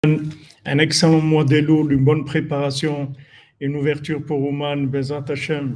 un excellent mois d'Elul, une bonne préparation, une ouverture pour Ouman, Bezat Hashem,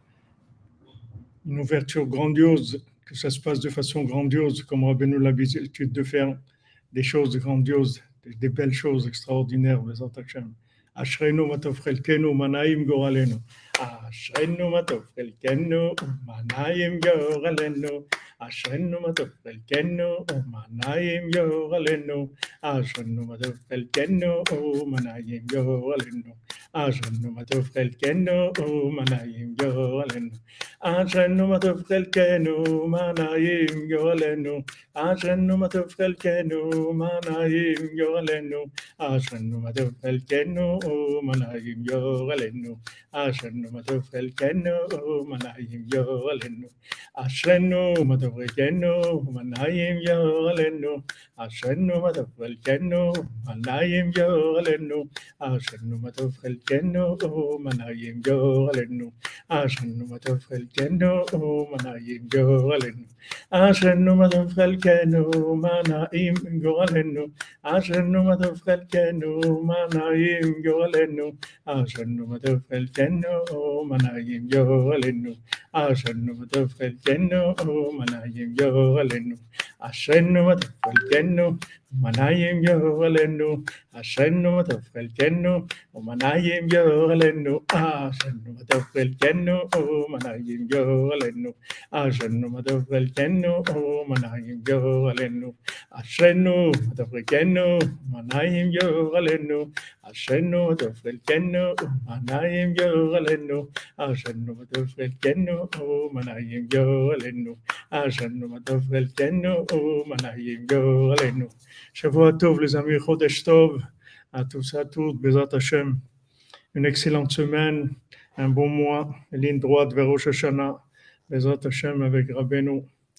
une ouverture grandiose, que ça se passe de façon grandiose, comme Rabbeinu l'a l'habitude de faire, des choses grandioses, des belles choses extraordinaires, Bezat Hashem. Ashrenu matov chelkenu manayim goralenu. Ashrenu matov chelkenu manayim goralenu. Ashrenu matov chelkenu manayim goralenu. Ashrenu matov chelkenu manayim goralenu. Ashrenu matov chelkenu manayim goralenu. Ashrenu matov chelkenu manayim goralenu. Ashrenu matov chelkenu manayim goralenu. Ashrenu matov chelkenu manayim yoralenu. Ashrenu matov chelkenu manayim yoralenu. Ashrenu matov chelkenu manayim yoralenu. Ashrenu matov chelkenu manayim yoralenu. Ashrenu matov chelkenu manayim yoralenu. Ashrenu matov chelkenu manayim yoralenu. Ashrenu matov chelkenu manayim yoralenu. Ashrenu matov chelkenu manayim yoralenu. Ashrenu matov chelkenu manayim yoralenu. Ashrenu matov chelkenu manayim yoralenu. Ashrenu matov chelkenu manayim yoralenu. Ashrenu matov chelkenu manayim yoralenu. Ashrenu matov chelkenu manayim yoralenu. Ashrenu matov chelkenu manayim yoralenu. Ashrenu matov chelkenu manayim yoralenu. Ashrenu matov chelkenu manayim yoralenu. Ashrenu matov chelkenu manayim yoralenu. Ashrenu matov chelkenu manayim yoralenu. Shavua tov les amis, Chodesh tov à tous et à toutes, Bezat Hashem. Une excellente semaine, un bon mois, ligne droite vers Rosh Hashanah, Bezat Hashem avec Rabbeinu.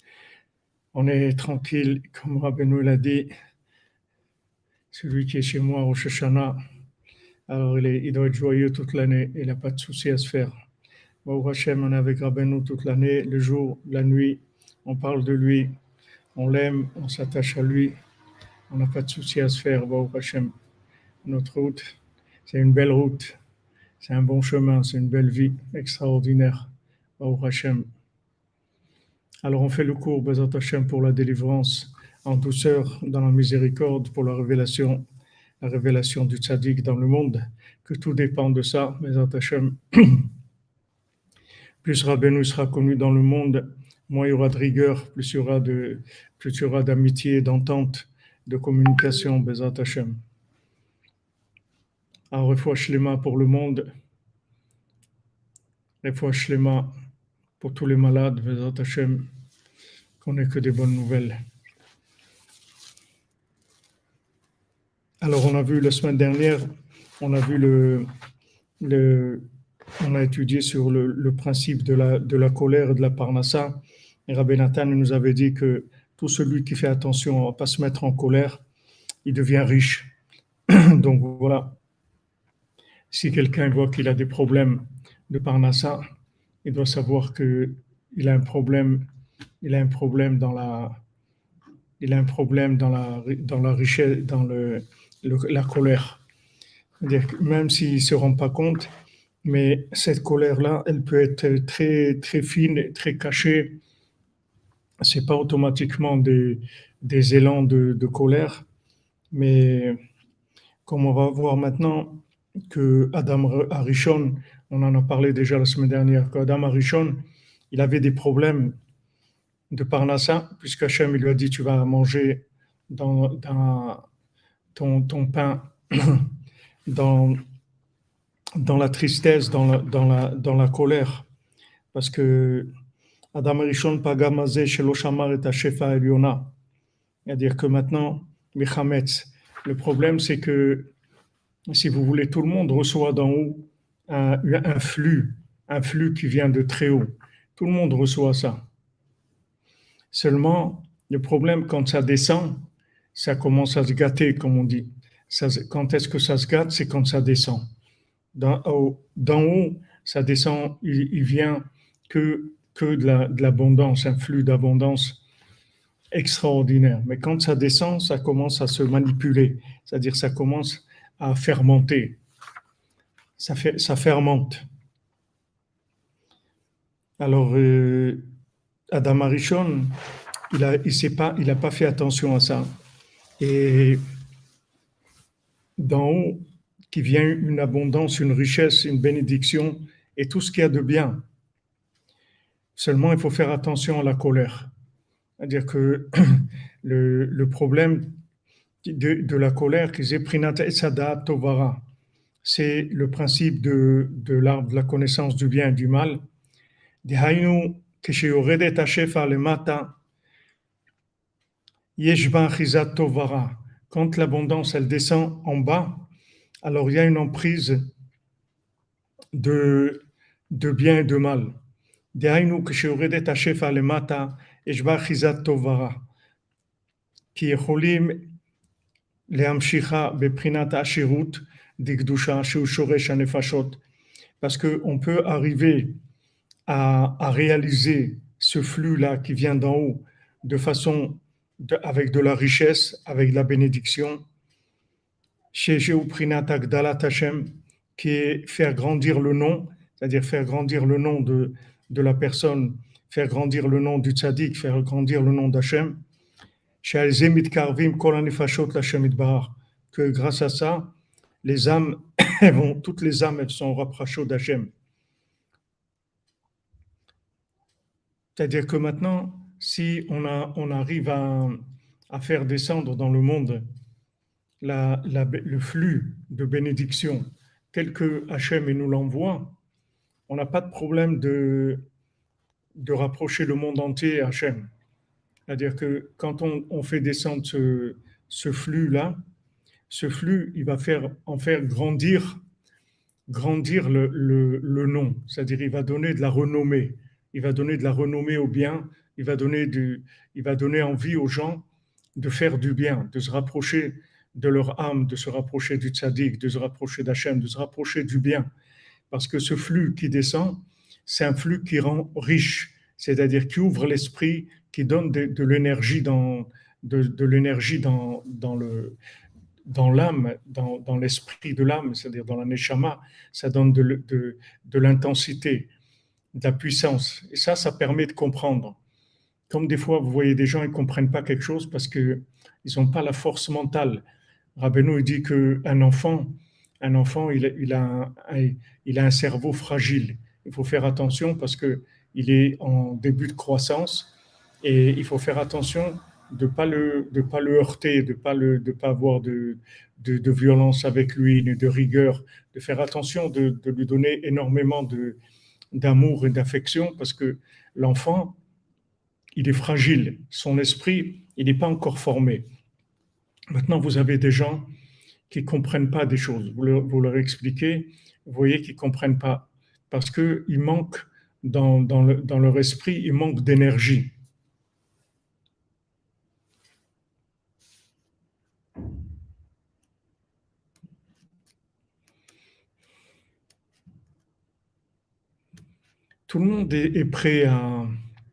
On est tranquille, comme Rabbeinu l'a dit. Celui qui est chez moi, Rosh Hashanah, alors il doit être joyeux toute l'année, il n'a pas de souci à se faire. Baruch Hashem, on est avec Rabbeinu toute l'année, le jour, la nuit, on parle de lui, on l'aime, on s'attache à lui, on n'a pas de souci à se faire, Baruch Hashem. Notre route, c'est une belle route, c'est un bon chemin, c'est une belle vie extraordinaire, Baruch Hashem. Alors on fait le cours, Bezat Hashem, pour la délivrance en douceur, dans la miséricorde, pour la révélation du tzaddik dans le monde, que tout dépend de ça, Bezat Hashem. Plus Rabbeinu sera connu dans le monde, moins il y aura de rigueur, plus il y aura d'amitié, d'entente, de communication, Bezat Hashem. Alors, refoua shlema pour le monde, refoua shlema pour tous les malades, Bezat Hashem, qu'on n'ait que des bonnes nouvelles. Alors, on a vu la semaine dernière, on a étudié sur le principe de la colère et de la parnassa. Et Rabbi Nathan nous avait dit que tout celui qui fait attention à ne pas se mettre en colère, il devient riche. Donc voilà, si quelqu'un voit qu'il a des problèmes de parnassa, il doit savoir qu'il a un problème dans la richesse, dans la colère. C'est-à-dire que même s'il ne se rend pas compte, mais cette colère-là, elle peut être très, très fine, très cachée. Ce n'est pas automatiquement des élans de colère, mais comme on va voir maintenant que Adam Arishon, on en a parlé déjà la semaine dernière, qu'Adam Arishon, il avait des problèmes de parnassa, puisque Hachem il lui a dit tu vas manger dans ton pain dans la tristesse, dans la colère, parce que Adam Rishon Pagamazé Shelo Shamar et Shefa Eliona, c'est-à-dire que maintenant Mechametz, le problème c'est que si vous voulez, tout le monde reçoit d'en haut un flux qui vient de très haut, tout le monde reçoit ça. Seulement, le problème, quand ça descend, ça commence à se gâter, comme on dit. Quand est-ce que ça se gâte? C'est quand ça descend. D'en haut, ça descend, il vient que de l'abondance, un flux d'abondance extraordinaire. Mais quand ça descend, ça commence à se manipuler, c'est-à-dire ça commence à fermenter. Ça fermente. Alors, Adam Arishon, il a pas fait attention à ça. Et d'en haut, qui vient une abondance, une richesse, une bénédiction et tout ce qu'il y a de bien. Seulement, il faut faire attention à la colère. C'est-à-dire que le problème de la colère, c'est le principe de l'arbre de la connaissance du bien et du mal. Quand l'abondance, elle descend en bas, alors il y a une emprise de bien et de mal. כי יכולים להמשיכה בבחינת העשירות דקדושה שהוא שורש הנפשות. Parce qu'on peut arriver à réaliser ce flux-là qui vient d'en haut de façon, avec de la richesse, avec de la bénédiction, chez Prinat Agdalat Hashem, qui est faire grandir le nom, c'est-à-dire faire grandir le nom de la personne, faire grandir le nom du tzaddik, faire grandir le nom d'Hashem, que grâce à ça, les âmes, toutes les âmes, elles sont rapprochées d'Hashem. C'est-à-dire que maintenant, si on arrive à faire descendre dans le monde le flux de bénédiction tel que Hachem nous l'envoie, on n'a pas de problème de rapprocher le monde entier à Hachem. C'est-à-dire que quand on fait descendre ce flux-là, ce flux, il va faire grandir le nom. C'est-à-dire il va donner de la renommée. Il va donner de la renommée au bien. Il va donner envie aux gens de faire du bien, de se rapprocher de leur âme, de se rapprocher du tzaddik, de se rapprocher d'Hachem, de se rapprocher du bien. Parce que ce flux qui descend, c'est un flux qui rend riche, c'est-à-dire qui ouvre l'esprit, qui donne de l'énergie dans l'âme, dans l'esprit de l'âme, c'est-à-dire dans la neshama, ça donne de l'intensité, de la puissance. Et ça permet de comprendre. Comme des fois, vous voyez des gens, ils ne comprennent pas quelque chose parce qu'ils n'ont pas la force mentale. Rabbeinu dit qu'un enfant, il a un cerveau fragile. Il faut faire attention parce qu'il est en début de croissance et il faut faire attention de pas le heurter, de pas avoir de violence avec lui, ni de rigueur, de faire attention de lui donner énormément d'amour et d'affection parce que l'enfant, il est fragile, son esprit, il n'est pas encore formé. Maintenant, vous avez des gens qui ne comprennent pas des choses. Vous leur expliquez, vous voyez qu'ils ne comprennent pas parce qu'il manque dans leur esprit, il manque d'énergie. Tout le monde est prêt à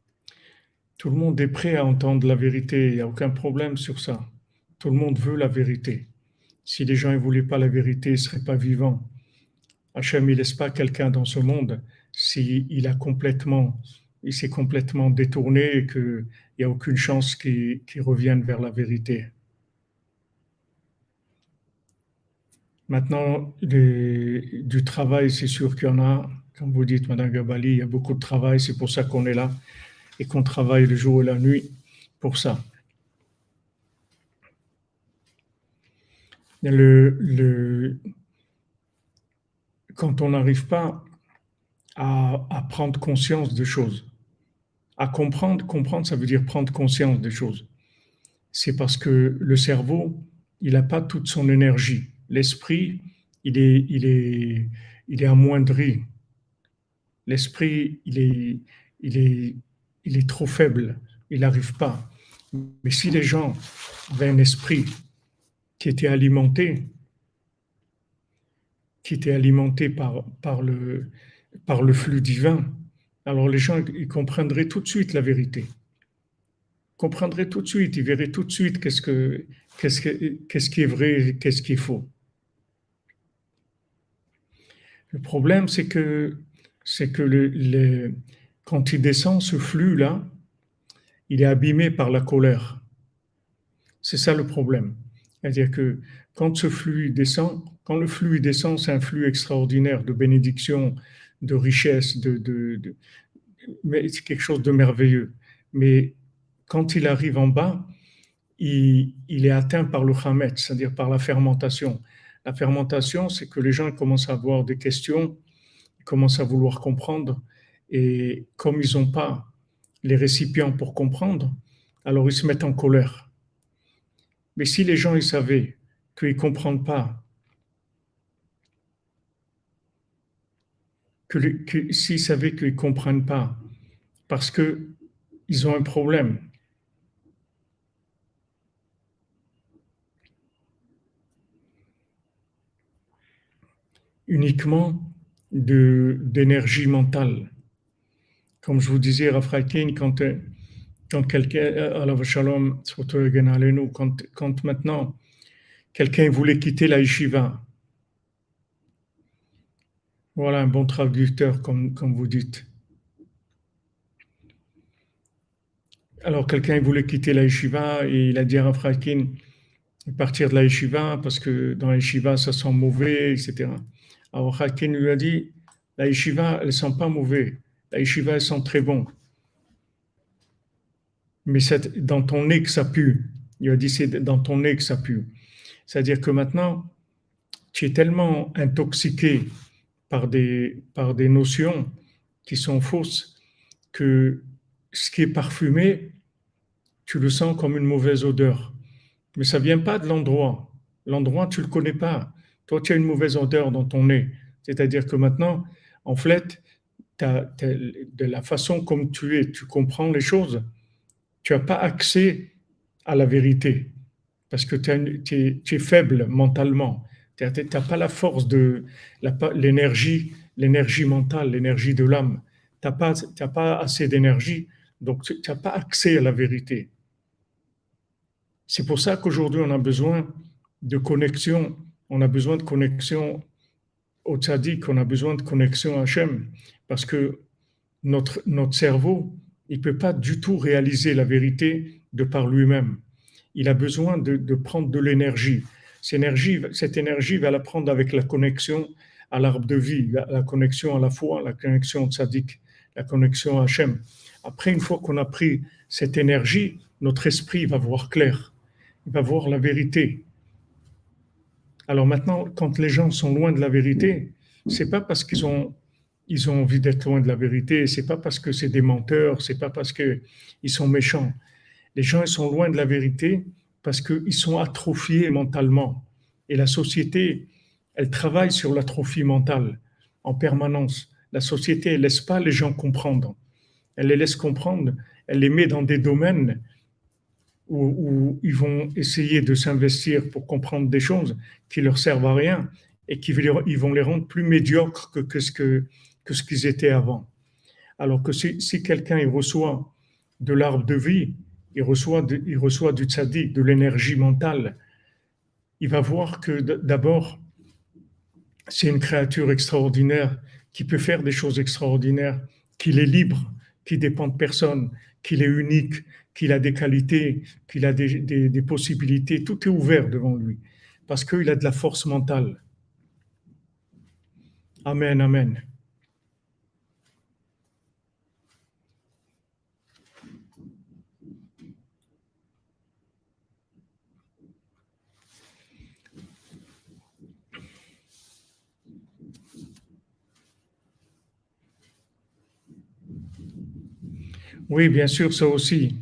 entendre la vérité. Il n'y a aucun problème sur ça. Tout le monde veut la vérité. Si les gens ne voulaient pas la vérité, ils ne seraient pas vivants. Hachem, il ne laisse pas quelqu'un dans ce monde s'il s'est complètement détourné et qu'il n'y a aucune chance qu'il revienne vers la vérité. Maintenant, du travail, c'est sûr qu'il y en a. Comme vous dites, Madame Gabali, il y a beaucoup de travail. C'est pour ça qu'on est là et qu'on travaille le jour et la nuit pour ça. Quand on n'arrive pas à prendre conscience des choses, à comprendre, ça veut dire prendre conscience des choses. C'est parce que le cerveau, il n'a pas toute son énergie. L'esprit, il est amoindri. L'esprit, il est trop faible. Il n'arrive pas. Mais si les gens avaient un esprit qui était alimenté par le flux divin, alors les gens ils comprendraient tout de suite la vérité. Ils comprendrait tout de suite, il verrait tout de suite qu'est-ce qui est vrai, qu'est-ce qui est faux. Le problème, c'est que quand il descend, ce flux-là, il est abîmé par la colère. C'est ça le problème. C'est-à-dire que quand ce flux descend, quand le flux descend, c'est un flux extraordinaire de bénédiction, de richesse, mais c'est quelque chose de merveilleux. Mais quand il arrive en bas, il est atteint par le chametz, c'est-à-dire par la fermentation. La fermentation, c'est que les gens commencent à avoir des questions, ils commencent à vouloir comprendre, et comme ils n'ont pas les récipients pour comprendre, alors ils se mettent en colère. Mais si les gens ils savaient qu'ils ne comprennent pas, s'ils savaient qu'ils ne comprennent pas, parce qu'ils ont un problème, uniquement d'énergie mentale. Comme je vous disais, Raphaël, quand quelqu'un, Allah Shalom, quand maintenant quelqu'un voulait quitter la yeshiva, voilà un bon traducteur, comme vous dites. Alors quelqu'un voulait quitter la yeshiva et il a dit à Raphaël, partir de la yeshiva parce que dans la yeshiva ça sent mauvais, etc. Alors Hakim lui a dit, la yeshiva elle sent pas mauvais, la yeshiva elle sent très bon, mais c'est dans ton nez que ça pue. Il a dit c'est dans ton nez que ça pue. C'est-à-dire que maintenant tu es tellement intoxiqué par des notions qui sont fausses que ce qui est parfumé, tu le sens comme une mauvaise odeur. Mais ça ne vient pas de l'endroit. L'endroit, tu ne le connais pas. Toi, tu as une mauvaise odeur dans ton nez. C'est-à-dire que maintenant, en fait, de la façon comme tu es, tu comprends les choses, tu n'as pas accès à la vérité. Parce que tu es faible mentalement. Tu n'as pas la force de l'énergie mentale, l'énergie de l'âme. Tu n'as pas assez d'énergie, donc tu n'as pas accès à la vérité. C'est pour ça qu'aujourd'hui, on a besoin de connexion. On a besoin de connexion au tzaddik, on a besoin de connexion à Hachem. Parce que notre cerveau, il ne peut pas du tout réaliser la vérité de par lui-même. Il a besoin de prendre de l'énergie. Cette énergie, il va la prendre avec la connexion à l'arbre de vie, la connexion à la foi, la connexion au tzaddik, la connexion à Hachem. Après, une fois qu'on a pris cette énergie, notre esprit va voir clair. Il va voir la vérité. Alors maintenant, quand les gens sont loin de la vérité, c'est pas parce qu'ils ont envie d'être loin de la vérité, c'est pas parce que c'est des menteurs, c'est pas parce qu'ils sont méchants. Les gens ils sont loin de la vérité parce qu'ils sont atrophiés mentalement. Et la société, elle travaille sur l'atrophie mentale en permanence. La société, elle laisse pas les gens comprendre. Elle les laisse comprendre, elle les met dans des domaines où ils vont essayer de s'investir pour comprendre des choses qui leur servent à rien et ils vont les rendre plus médiocres que ce qu'ils étaient avant. Alors que si quelqu'un il reçoit de l'arbre de vie, il reçoit du tzaddik, de l'énergie mentale, il va voir que d'abord, c'est une créature extraordinaire qui peut faire des choses extraordinaires, qu'il est libre, qui dépend de personne, qu'il est unique, qu'il a des qualités, qu'il a des possibilités, tout est ouvert devant lui, parce qu'il a de la force mentale. Amen, amen. Oui, bien sûr, ça aussi.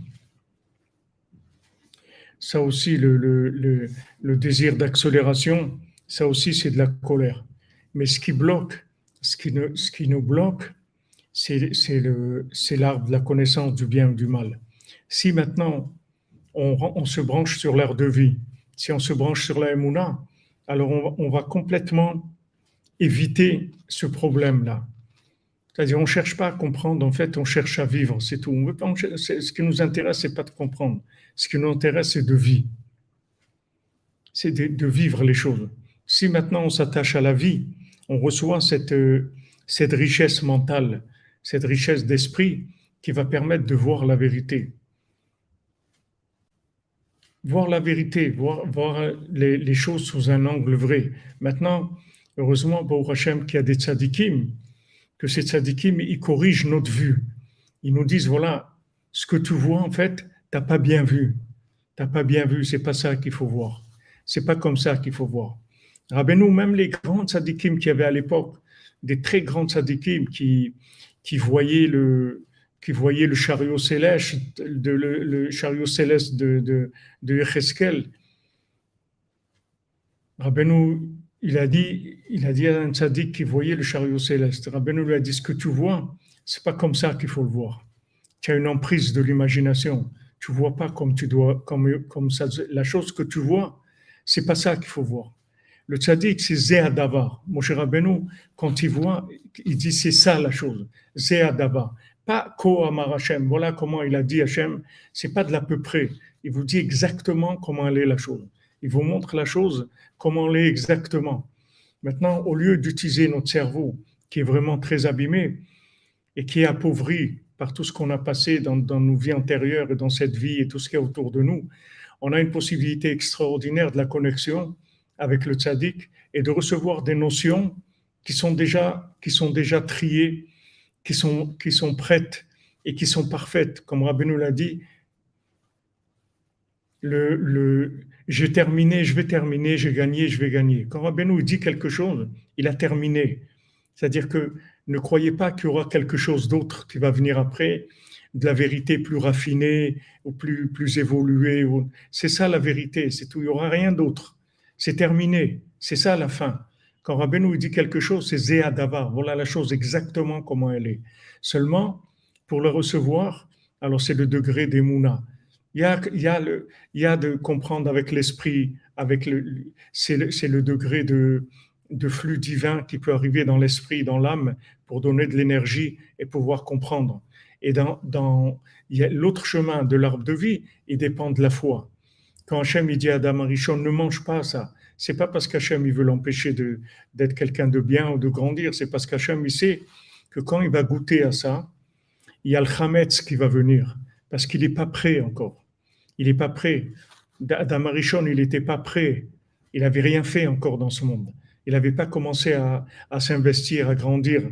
Ça aussi, le désir d'accélération, ça aussi, c'est de la colère. Mais ce qui bloque, ce qui nous bloque, c'est l'arbre de la connaissance du bien ou du mal. Si maintenant, on se branche sur l'air de vie, si on se branche sur la Emouna, alors on va complètement éviter ce problème-là. C'est-à-dire, on ne cherche pas à comprendre, en fait, on cherche à vivre, c'est tout. On veut pas, ce qui nous intéresse, c'est pas de comprendre. Ce qui nous intéresse, c'est de vivre. C'est de vivre les choses. Si maintenant on s'attache à la vie, on reçoit cette richesse mentale, cette richesse d'esprit qui va permettre de voir la vérité. Voir la vérité, voir les choses sous un angle vrai. Maintenant, heureusement, Baruch Hashem, qu'il y a des tzadikim, que ces tzadikim, ils corrigent notre vue. Ils nous disent, voilà, ce que tu vois, en fait, t'as pas bien vu. T'as pas bien vu, c'est pas ça qu'il faut voir. C'est pas comme ça qu'il faut voir. Rabbeinu, même les grands tzadikim qu'il y avait à l'époque, des très grands tzadikim qui voyaient le, qui voyaient le chariot céleste, le chariot céleste de Yecheskel. Rabbeinu, il a dit à un tzaddik qui voyait le chariot céleste. Rabbeinu lui a dit, ce que tu vois, c'est pas comme ça qu'il faut le voir. Tu as une emprise de l'imagination. Tu vois pas comme tu dois, comme ça. La chose que tu vois, c'est pas ça qu'il faut voir. Le tzaddik, c'est Zéadavar. Moshe Rabbeinu, quand il voit, il dit c'est ça la chose. Zéadavar. Pas Ko Amar Hashem. Voilà comment il a dit Hashem. C'est pas de l'à peu près. Il vous dit exactement comment elle est la chose. Il vous montre la chose, comment elle est exactement. Maintenant, au lieu d'utiliser notre cerveau, qui est vraiment très abîmé et qui est appauvri par tout ce qu'on a passé dans nos vies antérieures et dans cette vie et tout ce qu'il y a autour de nous, on a une possibilité extraordinaire de la connexion avec le tzaddik et de recevoir des notions qui sont déjà triées, qui sont prêtes et qui sont parfaites. Comme Rabbeinu l'a dit, j'ai terminé, je vais terminer, j'ai gagné, je vais gagner. Quand Rabbeinu dit quelque chose, il a terminé. C'est-à-dire que ne croyez pas qu'il y aura quelque chose d'autre qui va venir après, de la vérité plus raffinée ou plus évoluée. C'est ça la vérité, c'est tout. Il n'y aura rien d'autre. C'est terminé. C'est ça la fin. Quand Rabbeinu dit quelque chose, c'est Zéadavar. Voilà la chose exactement comment elle est. Seulement, pour le recevoir, alors c'est le degré d'Emouna. Il y a de comprendre avec l'esprit, c'est le degré de flux divin qui peut arriver dans l'esprit, dans l'âme, pour donner de l'énergie et pouvoir comprendre. Et il y a l'autre chemin de l'arbre de vie, il dépend de la foi. Quand Hachem il dit à Adam Arishon, ne mange pas ça, c'est pas parce qu'Hachem il veut l'empêcher d'être quelqu'un de bien ou de grandir, c'est parce qu'Hachem il sait que quand il va goûter à ça, il y a le chametz qui va venir, parce qu'il n'est pas prêt encore. Il n'est pas prêt. Adam Arishon, il n'était pas prêt. Il n'avait rien fait encore dans ce monde. Il n'avait pas commencé à s'investir, à grandir.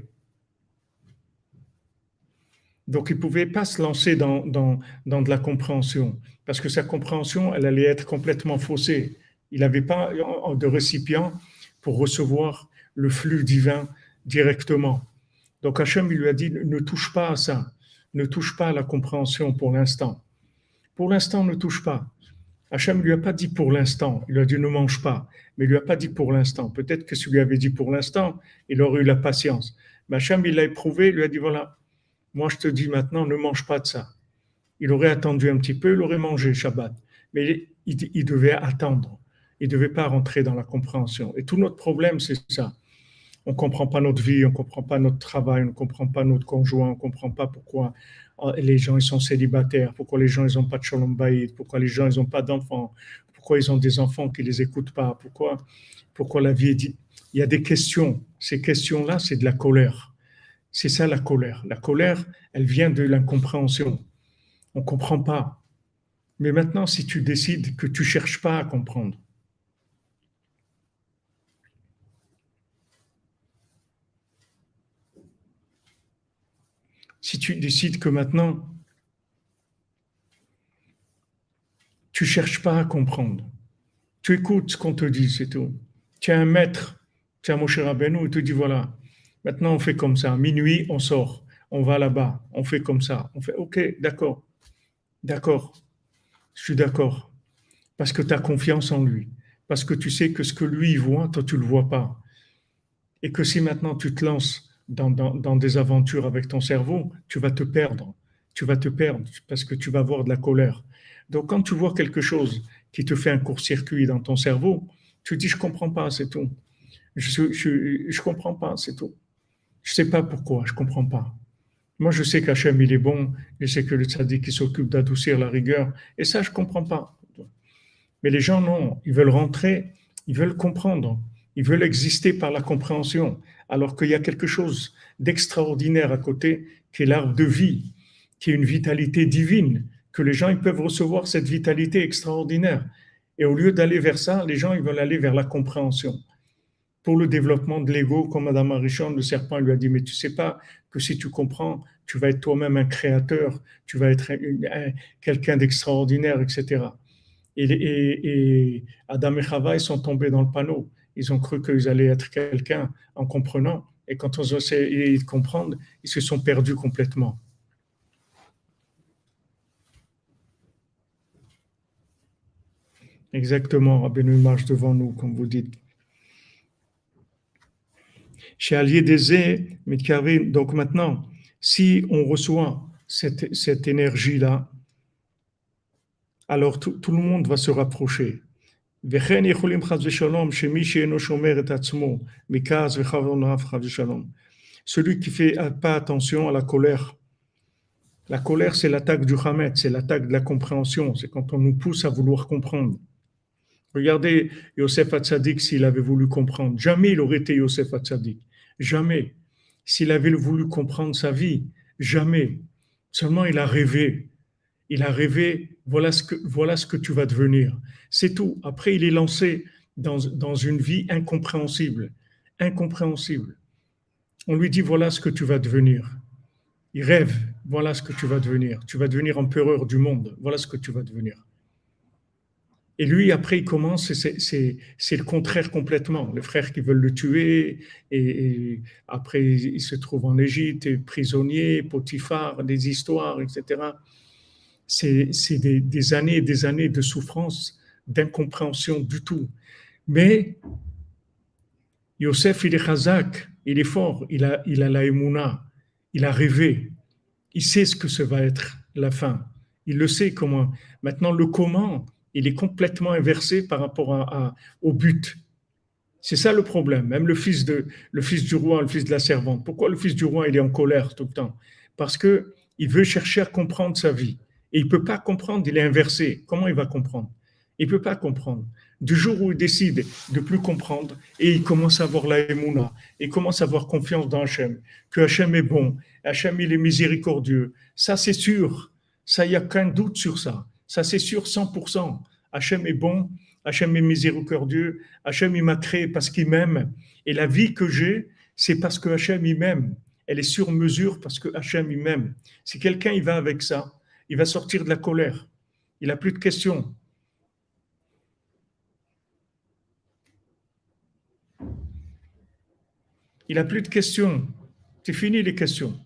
Donc, il ne pouvait pas se lancer dans de la compréhension, parce que sa compréhension, elle allait être complètement faussée. Il n'avait pas de récipient pour recevoir le flux divin directement. Donc, Hachem, il lui a dit, ne touche pas à ça. Ne touche pas à la compréhension pour l'instant. Pour l'instant, ne touche pas. Hachem ne lui a pas dit pour l'instant, il lui a dit ne mange pas, mais il ne lui a pas dit pour l'instant. Peut-être que s'il lui avait dit pour l'instant, il aurait eu la patience. Mais Hachem, il l'a éprouvé, il lui a dit voilà, moi je te dis maintenant, ne mange pas de ça. Il aurait attendu un petit peu, il aurait mangé Shabbat. Mais il devait attendre. Il ne devait pas rentrer dans la compréhension. Et tout notre problème, c'est ça. On ne comprend pas notre vie, on ne comprend pas notre travail, on ne comprend pas notre conjoint, on ne comprend pas pourquoi les gens ils sont célibataires, pourquoi les gens ils n'ont pas de shalom bayit, pourquoi les gens ils n'ont pas d'enfants, pourquoi ils ont des enfants qui ne les écoutent pas, pourquoi la vie est dit. Il y a des questions. Ces questions-là, c'est de la colère. C'est ça la colère. La colère, elle vient de l'incompréhension. On ne comprend pas. Mais maintenant, si tu décides que tu ne cherches pas à comprendre, si tu décides que maintenant, tu ne cherches pas à comprendre, tu écoutes ce qu'on te dit, c'est tout. Tu as un maître, tu as Moshe Rabbeinu, il te dit voilà, maintenant on fait comme ça, minuit on sort, on va là-bas, on fait comme ça, on fait ok, d'accord, je suis d'accord, parce que tu as confiance en lui, parce que tu sais que ce que lui il voit, toi tu ne le vois pas, et que si maintenant tu te lances dans des aventures avec ton cerveau, tu vas te perdre. Tu vas te perdre parce que tu vas avoir de la colère. Donc, quand tu vois quelque chose qui te fait un court-circuit dans ton cerveau, tu dis, je ne comprends pas, c'est tout. Je comprends pas, c'est tout. Je ne sais pas pourquoi, je ne comprends pas. Moi, je sais qu'Hachem, il est bon, je sais que le tzaddik, il s'occupe d'adoucir la rigueur, et ça, je ne comprends pas. Mais les gens, non, ils veulent rentrer, ils veulent comprendre, ils veulent exister par la compréhension, alors qu'il y a quelque chose d'extraordinaire à côté, qui est l'arbre de vie, qui est une vitalité divine, que les gens ils peuvent recevoir cette vitalité extraordinaire. Et au lieu d'aller vers ça, les gens ils veulent aller vers la compréhension. Pour le développement de l'ego, comme Madame Arichon, le serpent lui a dit, mais tu sais pas que si tu comprends, tu vas être toi-même un créateur, tu vas être quelqu'un d'extraordinaire, etc. Et Adam et Chava, ils sont tombés dans le panneau. Ils ont cru qu'ils allaient être quelqu'un en comprenant. Et quand on essaie de comprendre, ils se sont perdus complètement. Exactement, Rabbeinu marche devant nous, comme vous dites. Chez Allié Désé, donc maintenant, si on reçoit cette énergie-là, alors tout le monde va se rapprocher. Celui qui fait pas attention à la colère c'est l'attaque du Hamet, c'est l'attaque de la compréhension, c'est quand on nous pousse à vouloir comprendre. Regardez Yosef Hatzadik s'il avait voulu comprendre. Jamais il aurait été Yosef Hatzadik. Jamais. S'il avait voulu comprendre sa vie, jamais. Seulement il a rêvé. Il a rêvé, voilà ce que tu vas devenir. C'est tout. Après, il est lancé dans une vie incompréhensible. Incompréhensible. On lui dit, voilà ce que tu vas devenir. Il rêve, voilà ce que tu vas devenir. Tu vas devenir empereur du monde. Voilà ce que tu vas devenir. Et lui, après, il commence, c'est le contraire complètement. Les frères qui veulent le tuer, et après, il se trouve en Égypte, prisonnier, Potiphar, des histoires, etc. C'est des années et des années de souffrance, d'incompréhension du tout. Mais Yosef, il est chazak, il est fort, il a la émouna, il a rêvé, il sait ce que ça va être la fin. Il le sait comment. Maintenant, le comment, il est complètement inversé par rapport au but. C'est ça le problème. Même le fils du roi, le fils de la servante. Pourquoi le fils du roi, il est en colère tout le temps? Parce que il veut chercher à comprendre sa vie. Et il ne peut pas comprendre, il est inversé. Comment il va comprendre? Il ne peut pas comprendre. Du jour où il décide de plus comprendre, et il commence à avoir la émouna, il commence à avoir confiance dans Hachem, que Hachem est bon, Hachem il est miséricordieux. Ça c'est sûr, ça il n'y a qu'un doute sur ça. Ça c'est sûr 100%. Hachem est bon, Hachem est miséricordieux, Hachem il m'a créé parce qu'il m'aime. Et la vie que j'ai, c'est parce que Hachem il m'aime. Elle est sur mesure parce que Hachem il m'aime. Si quelqu'un il va avec ça, il va sortir de la colère. Il n'a plus de questions. Il n'a plus de questions. C'est fini les questions.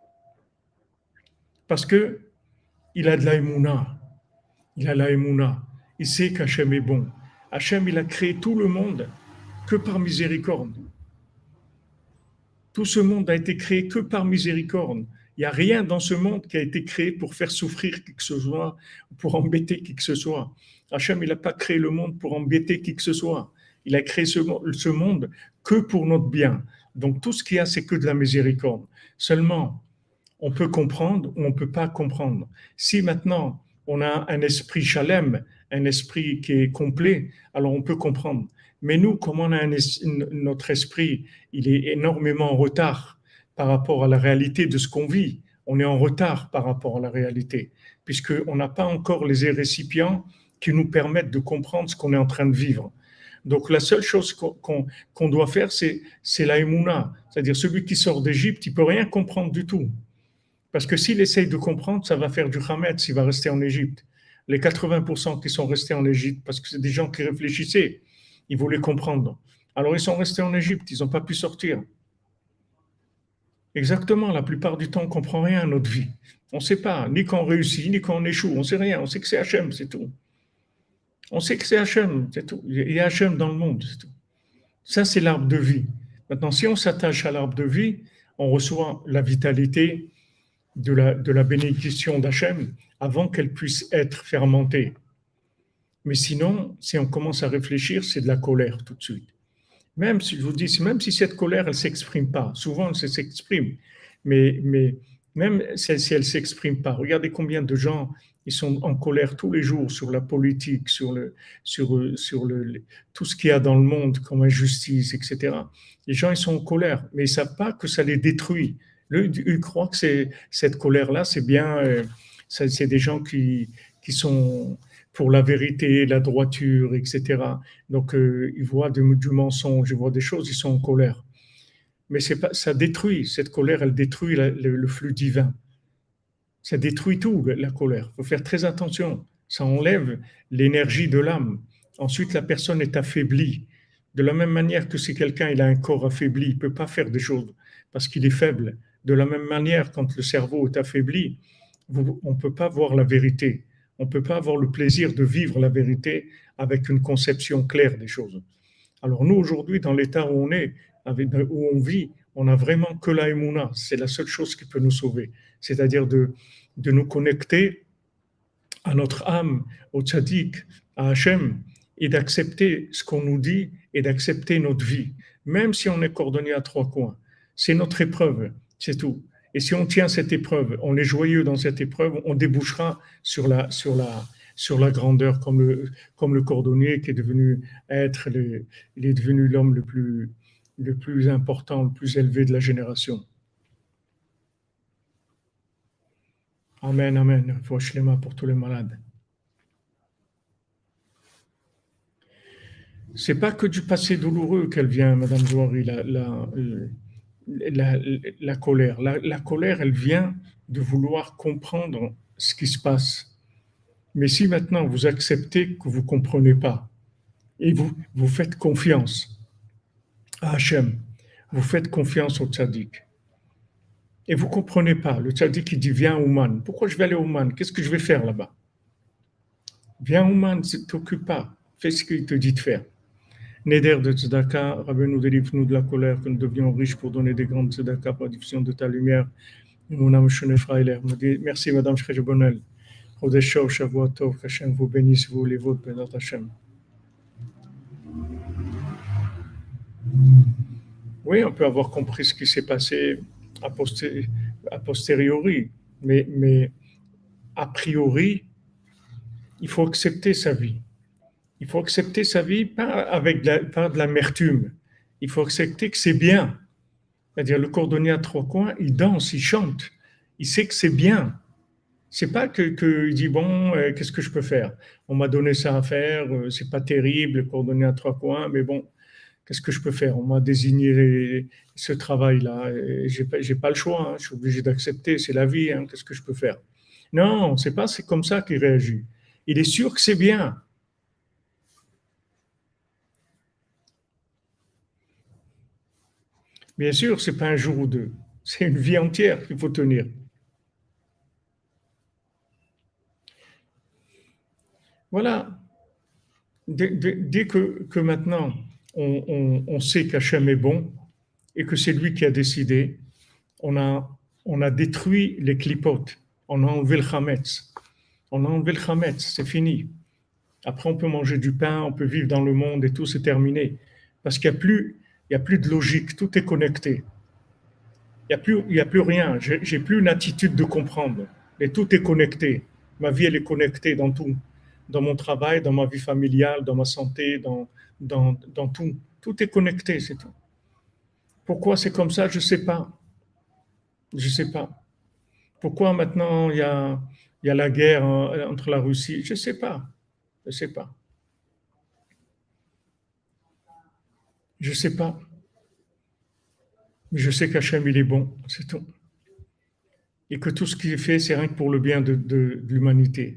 Parce que il a de la émouna. Il a la émouna. Il sait qu'Hachem est bon. Hachem, il a créé tout le monde que par miséricorde. Tout ce monde a été créé que par miséricorde. Il n'y a rien dans ce monde qui a été créé pour faire souffrir qui que ce soit, pour embêter qui que ce soit. Hachem, il n'a pas créé le monde pour embêter qui que ce soit. Il a créé ce monde que pour notre bien. Donc tout ce qu'il y a, c'est que de la miséricorde. Seulement, on peut comprendre ou on ne peut pas comprendre. Si maintenant, on a un esprit chalem, un esprit qui est complet, alors on peut comprendre. Mais nous, comme on a notre esprit, il est énormément en retard par rapport à la réalité de ce qu'on vit. On est en retard par rapport à la réalité, puisqu'on n'a pas encore les récipients qui nous permettent de comprendre ce qu'on est en train de vivre. Donc la seule chose qu'on doit faire, c'est la émouna. C'est-à-dire celui qui sort d'Égypte, il ne peut rien comprendre du tout. Parce que s'il essaye de comprendre, ça va faire du Hametz, il va rester en Égypte. Les 80% qui sont restés en Égypte, parce que c'est des gens qui réfléchissaient, ils voulaient comprendre. Alors ils sont restés en Égypte, ils n'ont pas pu sortir. Exactement, la plupart du temps, on ne comprend rien à notre vie. On ne sait pas, ni quand on réussit, ni quand on échoue, on ne sait rien, on sait que c'est Hachem, c'est tout. On sait que c'est Hachem, c'est tout. Il y a Hachem dans le monde, c'est tout. Ça, c'est l'arbre de vie. Maintenant, si on s'attache à l'arbre de vie, on reçoit la vitalité de la bénédiction d'Hachem avant qu'elle puisse être fermentée. Mais sinon, si on commence à réfléchir, c'est de la colère tout de suite. Même si je vous dis, même si cette colère, elle ne s'exprime pas, souvent elle s'exprime, mais même si elle ne s'exprime pas, regardez combien de gens ils sont en colère tous les jours sur la politique, sur tout ce qu'il y a dans le monde comme injustice, etc. Les gens, ils sont en colère, mais ils ne savent pas que ça les détruit. Ils croient que cette colère-là, c'est bien, c'est des gens qui sont pour la vérité, la droiture, etc. Donc, ils voient du mensonge, ils voient des choses, ils sont en colère. Mais c'est pas, ça détruit, cette colère, elle détruit le flux divin. Ça détruit tout, la colère. Il faut faire très attention. Ça enlève l'énergie de l'âme. Ensuite, la personne est affaiblie. De la même manière que si quelqu'un il a un corps affaibli, il ne peut pas faire des choses parce qu'il est faible. De la même manière, quand le cerveau est affaibli, on ne peut pas voir la vérité. On ne peut pas avoir le plaisir de vivre la vérité avec une conception claire des choses. Alors nous, aujourd'hui, dans l'état où on est, où on vit, on n'a vraiment que la émouna. C'est la seule chose qui peut nous sauver. C'est-à-dire de nous connecter à notre âme, au tzaddik, à Hachem, et d'accepter ce qu'on nous dit et d'accepter notre vie, même si on est cordonnier à trois coins. C'est notre épreuve, c'est tout. Et si on tient cette épreuve, on est joyeux dans cette épreuve, on débouchera sur la grandeur, comme le cordonnier qui est devenu il est devenu l'homme le plus important, le plus élevé de la génération. Amen, amen. Faut shlema pour tous les malades. C'est pas que du passé douloureux qu'elle vient, Madame Zouari, la colère. La colère, elle vient de vouloir comprendre ce qui se passe. Mais si maintenant vous acceptez que vous ne comprenez pas et vous faites confiance à Hachem, vous faites confiance au tzaddik, et vous ne comprenez pas, le tzaddik il dit viens Ouman, pourquoi je vais aller Ouman, qu'est-ce que je vais faire là-bas? Viens Ouman, ne t'occupe pas, fais ce qu'il te dit de faire. Neder de tzedaka, Rabbeinu délivre-nous de la colère, que nous devions riches pour donner des grandes tzedaka pour la diffusion de ta lumière. Mon âme Freiler me dit merci Madame Shkejebonel. Rodeshov, Shavuotov, qu'Hachem vous bénisse, vous les vôtres, Bézat Hachem. Oui, on peut avoir compris ce qui s'est passé a posteriori, mais a priori, il faut accepter sa vie. Il faut accepter sa vie pas de l'amertume. Il faut accepter que c'est bien. C'est-à-dire le cordonnier à trois coins, il danse, il chante. Il sait que c'est bien. C'est pas qu'il dit bon, qu'est-ce que je peux faire? On m'a donné ça à faire, c'est pas terrible, le cordonnier à trois coins, mais bon, qu'est-ce que je peux faire? On m'a désigné ce travail-là, et j'ai pas le choix, hein, je suis obligé d'accepter, c'est la vie, hein, qu'est-ce que je peux faire? Non, c'est pas, c'est comme ça qu'il réagit. Il est sûr que c'est bien. Bien sûr, c'est pas un jour ou deux, c'est une vie entière qu'il faut tenir. Voilà. Dès que maintenant on sait qu'Hachem est bon et que c'est lui qui a décidé, on a détruit les clipotes, on a enlevé le chametz. On a enlevé le chametz, c'est fini. Après, on peut manger du pain, on peut vivre dans le monde et tout, c'est terminé. Parce qu'il n'y a plus de logique, tout est connecté. Il y a plus rien, j'ai plus une attitude de comprendre. Et tout est connecté. Ma vie, elle est connectée dans tout. Dans mon travail, dans ma vie familiale, dans ma santé, dans tout. Tout est connecté, c'est tout. Pourquoi c'est comme ça, je ne sais pas. Je ne sais pas. Pourquoi maintenant il y a la guerre entre la Russie? Je ne sais pas. Je ne sais pas. Je ne sais pas. Mais je sais qu'Hachem, il est bon, c'est tout. Et que tout ce qu'il fait, c'est rien que pour le bien de l'humanité.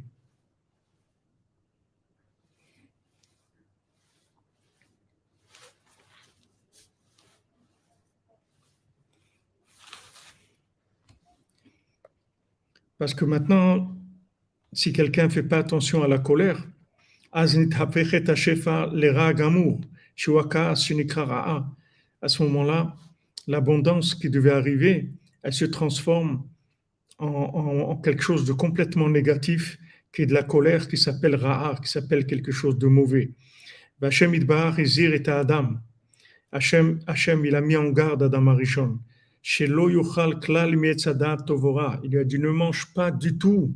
Parce que maintenant, si quelqu'un ne fait pas attention à la colère, à ce moment-là, l'abondance qui devait arriver, elle se transforme en quelque chose de complètement négatif, qui est de la colère, qui s'appelle Ra'a, qui s'appelle quelque chose de mauvais. Hashem Yitbarach Izir et Adam. Hachem, il a mis en garde Adam Arishon. Shelo yuchal klal mi'etz hadat tovora. Il lui a dit, ne mange pas du tout.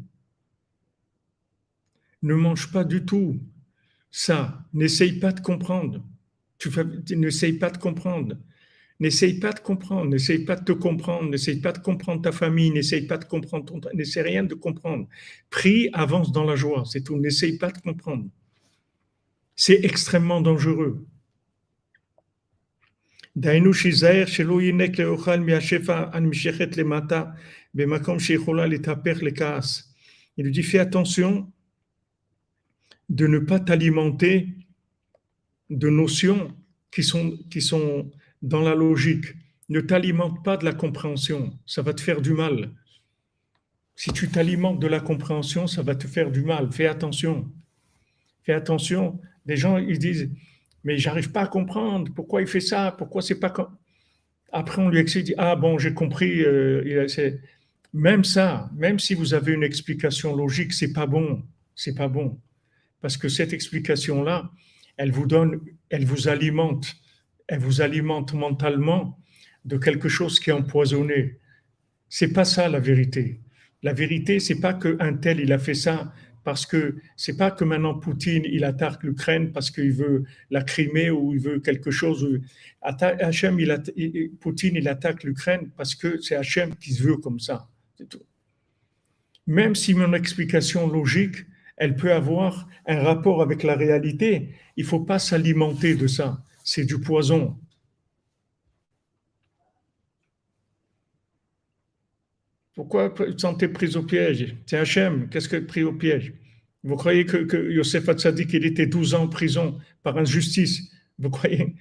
Ne mange pas du tout. Ça, n'essaye pas de comprendre. N'essaye pas de comprendre. N'essaye pas de comprendre, n'essaye pas de te comprendre, n'essaye pas de comprendre ta famille, n'essaye pas de comprendre n'essaye rien de comprendre. Prie, avance dans la joie, c'est tout. N'essaye pas de comprendre. C'est extrêmement dangereux. Il lui dit, fais attention de ne pas t'alimenter de notions qui sont dans la logique. Ne t'alimente pas de la compréhension, ça va te faire du mal. Si tu t'alimentes de la compréhension, ça va te faire du mal. Fais attention. Fais attention. Des gens, ils disent, mais j'arrive pas à comprendre. Pourquoi il fait ça? Pourquoi c'est pas comme... Après, on lui explique, ah bon, j'ai compris. Même ça, même si vous avez une explication logique, c'est pas bon. C'est pas bon. Parce que cette explication-là, elle vous alimente mentalement de quelque chose qui est empoisonné. C'est pas ça la vérité. La vérité, c'est pas qu'un tel il a fait ça parce que c'est pas que maintenant Poutine il attaque l'Ukraine parce qu'il veut la Crimée ou il veut quelque chose. Poutine il attaque l'Ukraine parce que c'est Hachem qui se veut comme ça. C'est tout. Même si mon explication logique, elle peut avoir un rapport avec la réalité, il faut pas s'alimenter de ça. C'est du poison. Pourquoi vous sentez pris au piège? C'est Hachem, qu'est-ce que pris au piège? Vous croyez que Yosef Hatzadik, il était 12 ans en prison par injustice? Vous croyez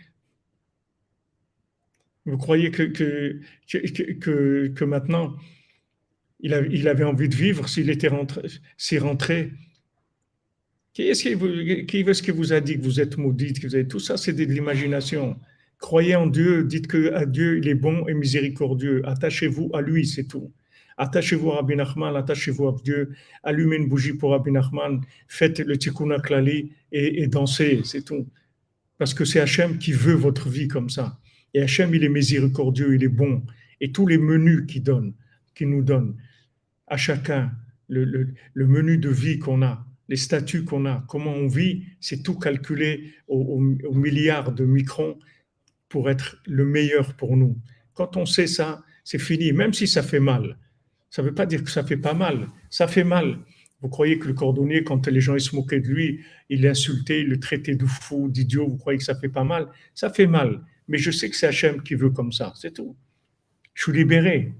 que maintenant, il avait envie de vivre s'il rentrait? Qui est-ce qui vous a dit que vous êtes maudite, que vous avez tout ça, c'est de l'imagination. Croyez en Dieu, dites que Dieu il est bon et miséricordieux. Attachez-vous à lui, c'est tout. Attachez-vous à Rabbi Nachman, attachez-vous à Dieu, allumez une bougie pour Rabbi Nachman, faites le Tikkun HaKlali et dansez, c'est tout. Parce que c'est Hachem qui veut votre vie comme ça. Et Hachem, il est miséricordieux, il est bon. Et tous les menus qu'il nous donne, à chacun, le menu de vie qu'on a, les statuts qu'on a, comment on vit, c'est tout calculé au milliard de microns pour être le meilleur pour nous. Quand on sait ça, c'est fini, même si ça fait mal. Ça ne veut pas dire que ça fait pas mal. Ça fait mal. Vous croyez que le cordonnier, quand les gens se moquaient de lui, il l'insultait, il le traitait de fou, d'idiot, vous croyez que ça fait pas mal? Ça fait mal. Mais je sais que c'est Hachem qui veut comme ça, c'est tout. Je suis libéré.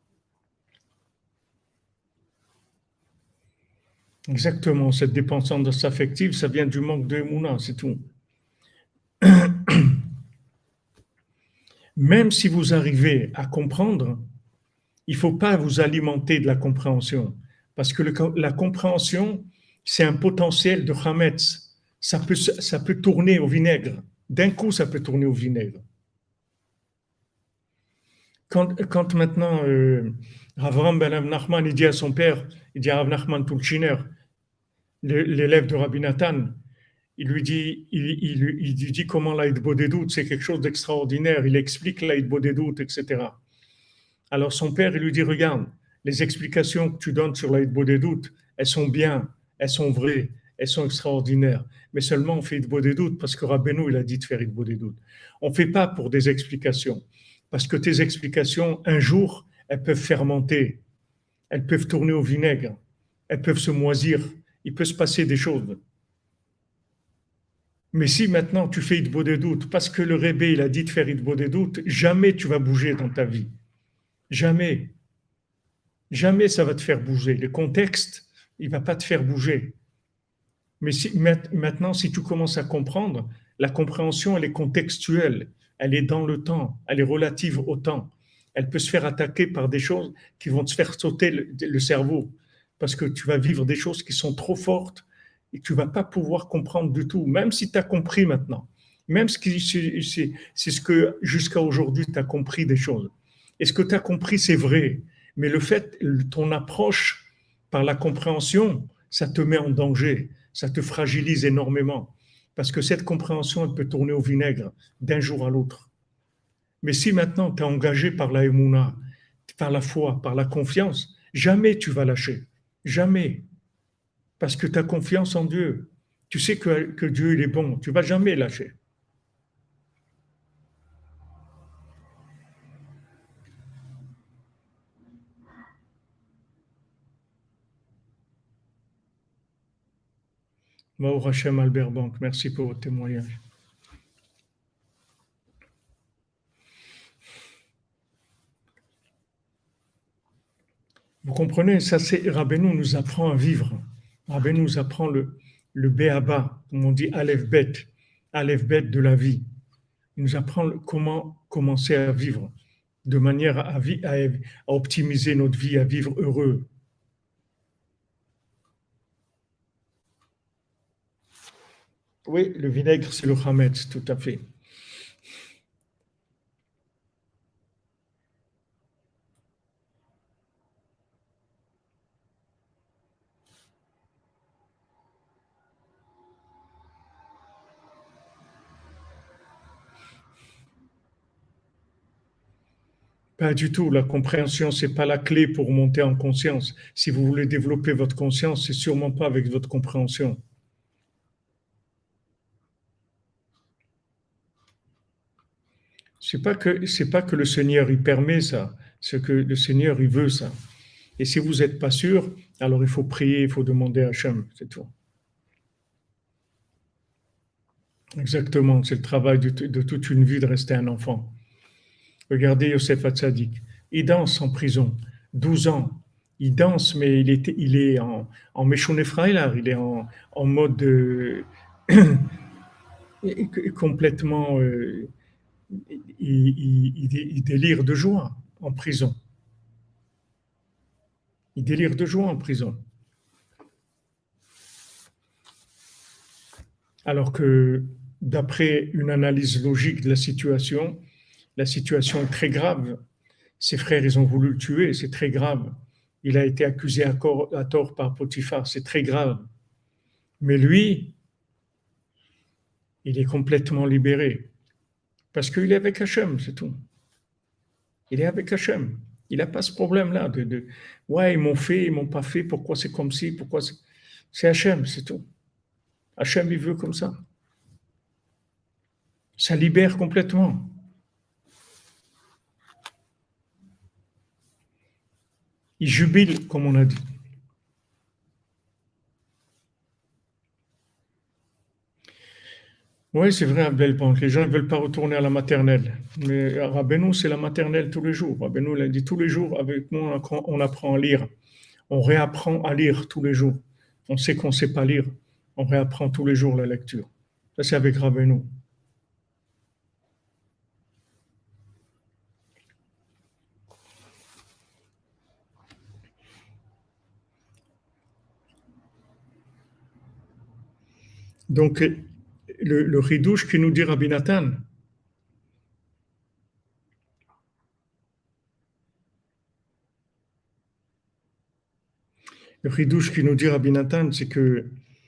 Exactement, cette dépendance affective, ça vient du manque de Mouna, c'est tout. Même si vous arrivez à comprendre, il ne faut pas vous alimenter de la compréhension. Parce que la compréhension, c'est un potentiel de Hametz. Ça peut tourner au vinaigre. D'un coup, ça peut tourner au vinaigre. Quand maintenant, Avram Ben Nachman, il dit à son père, il dit à Rav Nachman Tulchiner, l'élève de Rabbi Nathan, il lui dit comment l'Aïd Bodedut, c'est quelque chose d'extraordinaire. Il explique l'Aïd Bodedut, etc. Alors son père, il lui dit, regarde, les explications que tu donnes sur l'Aïd Bodedut, elles sont bien, elles sont vraies, elles sont extraordinaires. Mais seulement on fait Aïd Bodedut parce que Rabbeinu, il a dit de faire Aïd Bodedut. On ne fait pas pour des explications. Parce que tes explications, un jour, elles peuvent fermenter. Elles peuvent tourner au vinaigre. Elles peuvent se moisir. Il peut se passer des choses. Mais si maintenant tu fais Hitbo des doutes, parce que le Rébé il a dit de faire Hitbo des doutes, jamais tu vas bouger dans ta vie. Jamais. Jamais ça va te faire bouger. Le contexte, il ne va pas te faire bouger. Mais maintenant, si tu commences à comprendre, la compréhension, elle est contextuelle. Elle est dans le temps. Elle est relative au temps. Elle peut se faire attaquer par des choses qui vont te faire sauter le cerveau. Parce que tu vas vivre des choses qui sont trop fortes et que tu ne vas pas pouvoir comprendre du tout, même si tu as compris maintenant. Même si c'est ce que jusqu'à aujourd'hui tu as compris des choses. Et ce que tu as compris, c'est vrai. Mais le fait, ton approche par la compréhension, ça te met en danger. Ça te fragilise énormément. Parce que cette compréhension, elle peut tourner au vinaigre d'un jour à l'autre. Mais si maintenant tu es engagé par la émouna, par la foi, par la confiance, jamais tu vas lâcher. Jamais. Parce que tu as confiance en Dieu. Tu sais que Dieu, il est bon. Tu ne vas jamais lâcher. Maor Hachem Albert Bank, merci pour votre témoignage. Vous comprenez, ça c'est Rabbeinu nous apprend à vivre. Rabbeinu nous apprend le béaba, comme on dit Aleph Bet de la vie. Il nous apprend comment commencer à vivre de manière à optimiser notre vie, à vivre heureux. Oui, le vinaigre, c'est le Hametz, tout à fait. Pas du tout. La compréhension, c'est pas la clé pour monter en conscience. Si vous voulez développer votre conscience, c'est sûrement pas avec votre compréhension. C'est pas que le Seigneur il permet ça, c'est que le Seigneur il veut ça. Et si vous n'êtes pas sûr, alors il faut prier, il faut demander à Hachem, c'est tout. Exactement, c'est le travail de toute une vie de rester un enfant. Regardez Yosef Hatzadik, il danse en prison, 12 ans. Il danse, mais il est en Meshone Frailar, il est en mode complètement. Il délire de joie en prison. Il délire de joie en prison. Alors que, d'après une analyse logique de la situation est très grave. Ses frères, ils ont voulu le tuer, c'est très grave. Il a été accusé à tort par Potiphar, c'est très grave. Mais lui, il est complètement libéré. Parce qu'il est avec Hachem, c'est tout. Il est avec Hachem. Il n'a pas ce problème-là ouais, ils m'ont fait, ils m'ont pas fait, pourquoi c'est comme ci, pourquoi c'est Hachem, c'est tout. Hachem, il veut comme ça. Ça libère complètement. Il jubile, comme on a dit. Oui, c'est vrai, Abdelbank. Les gens ne veulent pas retourner à la maternelle. Mais Rabbeinu, c'est la maternelle tous les jours. Rabbeinu l'a dit tous les jours. Avec nous, on apprend à lire. On réapprend à lire tous les jours. On sait qu'on ne sait pas lire. On réapprend tous les jours la lecture. Ça, c'est avec Rabbeinu. Donc, le ridouche qui nous dit Rabbi Nathan, le ridouche qui nous dit Rabbi Nathan, c'est que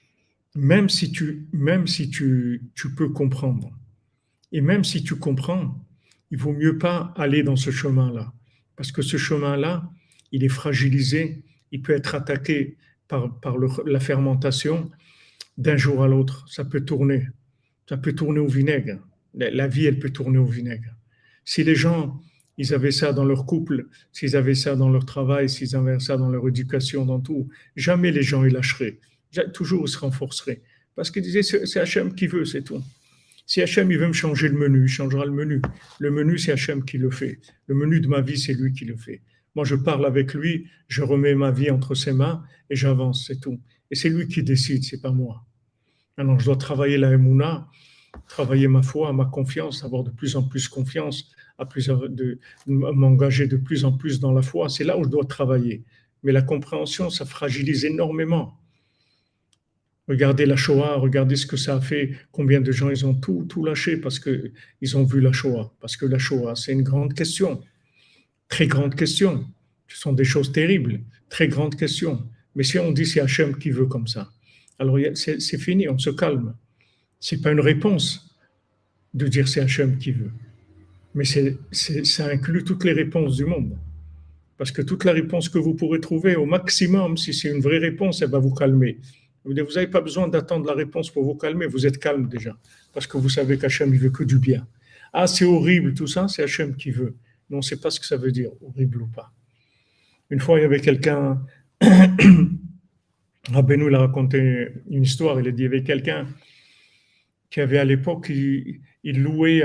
même si tu peux comprendre, et même si tu comprends, il vaut mieux pas aller dans ce chemin-là. Parce que ce chemin-là, il est fragilisé, il peut être attaqué par la fermentation d'un jour à l'autre. Ça peut tourner. Ça peut tourner au vinaigre. La vie, elle peut tourner au vinaigre. Si les gens, ils avaient ça dans leur couple, s'ils avaient ça dans leur travail, s'ils avaient ça dans leur éducation, dans tout, jamais les gens ils lâcheraient. Toujours ils se renforceraient. Parce qu'ils disaient, c'est Hachem qui veut, c'est tout. Si Hachem il veut me changer le menu, il changera le menu. Le menu, c'est Hachem qui le fait. Le menu de ma vie, c'est lui qui le fait. Moi, je parle avec lui, je remets ma vie entre ses mains et j'avance, c'est tout. Et c'est lui qui décide, c'est pas moi. Alors, je dois travailler la Emouna, travailler ma foi, ma confiance, avoir de plus en plus confiance, m'engager de plus en plus dans la foi. C'est là où je dois travailler. Mais la compréhension, ça fragilise énormément. Regardez la Shoah, regardez ce que ça a fait, combien de gens ils ont tout lâché parce qu'ils ont vu la Shoah. Parce que la Shoah, c'est une grande question, très grande question. Ce sont des choses terribles, très grandes questions. Mais si on dit c'est Hachem qui veut comme ça, alors c'est fini, on se calme. C'est pas une réponse de dire c'est Hachem qui veut. Mais ça inclut toutes les réponses du monde. Parce que toute la réponse que vous pourrez trouver, au maximum, si c'est une vraie réponse, elle va vous calmer. Vous n'avez pas besoin d'attendre la réponse pour vous calmer, vous êtes calme déjà. Parce que vous savez qu'Hachem, il veut que du bien. Ah, c'est horrible tout ça, c'est Hachem qui veut. Mais on ne sait pas ce que ça veut dire, horrible ou pas. Une fois, il y avait quelqu'un, Rabbeinu, il a raconté une histoire, il a dit, il y avait quelqu'un qui avait à l'époque, il louait,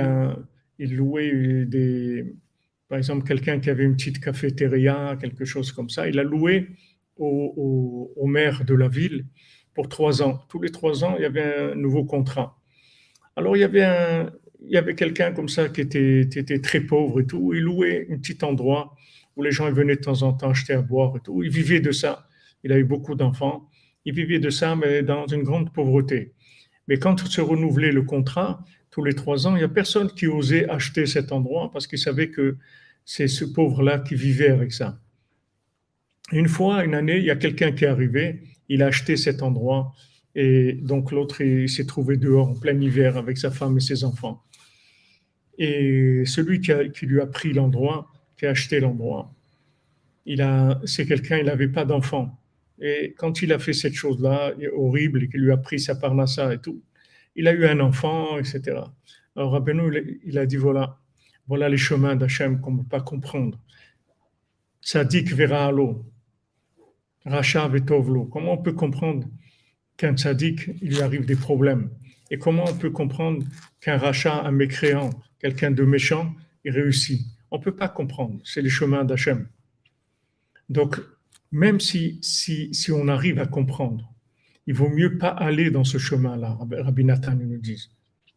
par exemple, quelqu'un qui avait une petite cafétéria, quelque chose comme ça, il a loué au maire de la ville pour 3 ans. Tous les 3 ans, il y avait un nouveau contrat. Alors, il y avait quelqu'un comme ça qui était très pauvre et tout. Il louait un petit endroit où les gens venaient de temps en temps acheter à boire et tout. Il vivait de ça. Il avait beaucoup d'enfants. Il vivait de ça, mais dans une grande pauvreté. Mais quand se renouvelait le contrat, tous les 3 ans, il n'y a personne qui osait acheter cet endroit parce qu'il savait que c'est ce pauvre-là qui vivait avec ça. Une fois, une année, il y a quelqu'un qui est arrivé, il a acheté cet endroit et donc l'autre, il s'est trouvé dehors en plein hiver avec sa femme et ses enfants. Et celui qui lui a pris l'endroit, qui a acheté l'endroit, c'est quelqu'un, il n'avait pas d'enfant. Et quand il a fait cette chose-là, horrible, et qu'il lui a pris sa parnassa et tout, il a eu un enfant, etc. Alors Rabbeinu, il a dit, voilà les chemins d'Hachem qu'on ne peut pas comprendre. Tzadik vera alo, Racha vetovlo. Comment on peut comprendre qu'un tzaddik, il lui arrive des problèmes? Et comment on peut comprendre qu'un rachat, un mécréant, quelqu'un de méchant, il réussit? On ne peut pas comprendre. C'est les chemins d'Hachem. Donc, même si on arrive à comprendre, il vaut mieux pas aller dans ce chemin-là, Rabbi Nathan nous dit.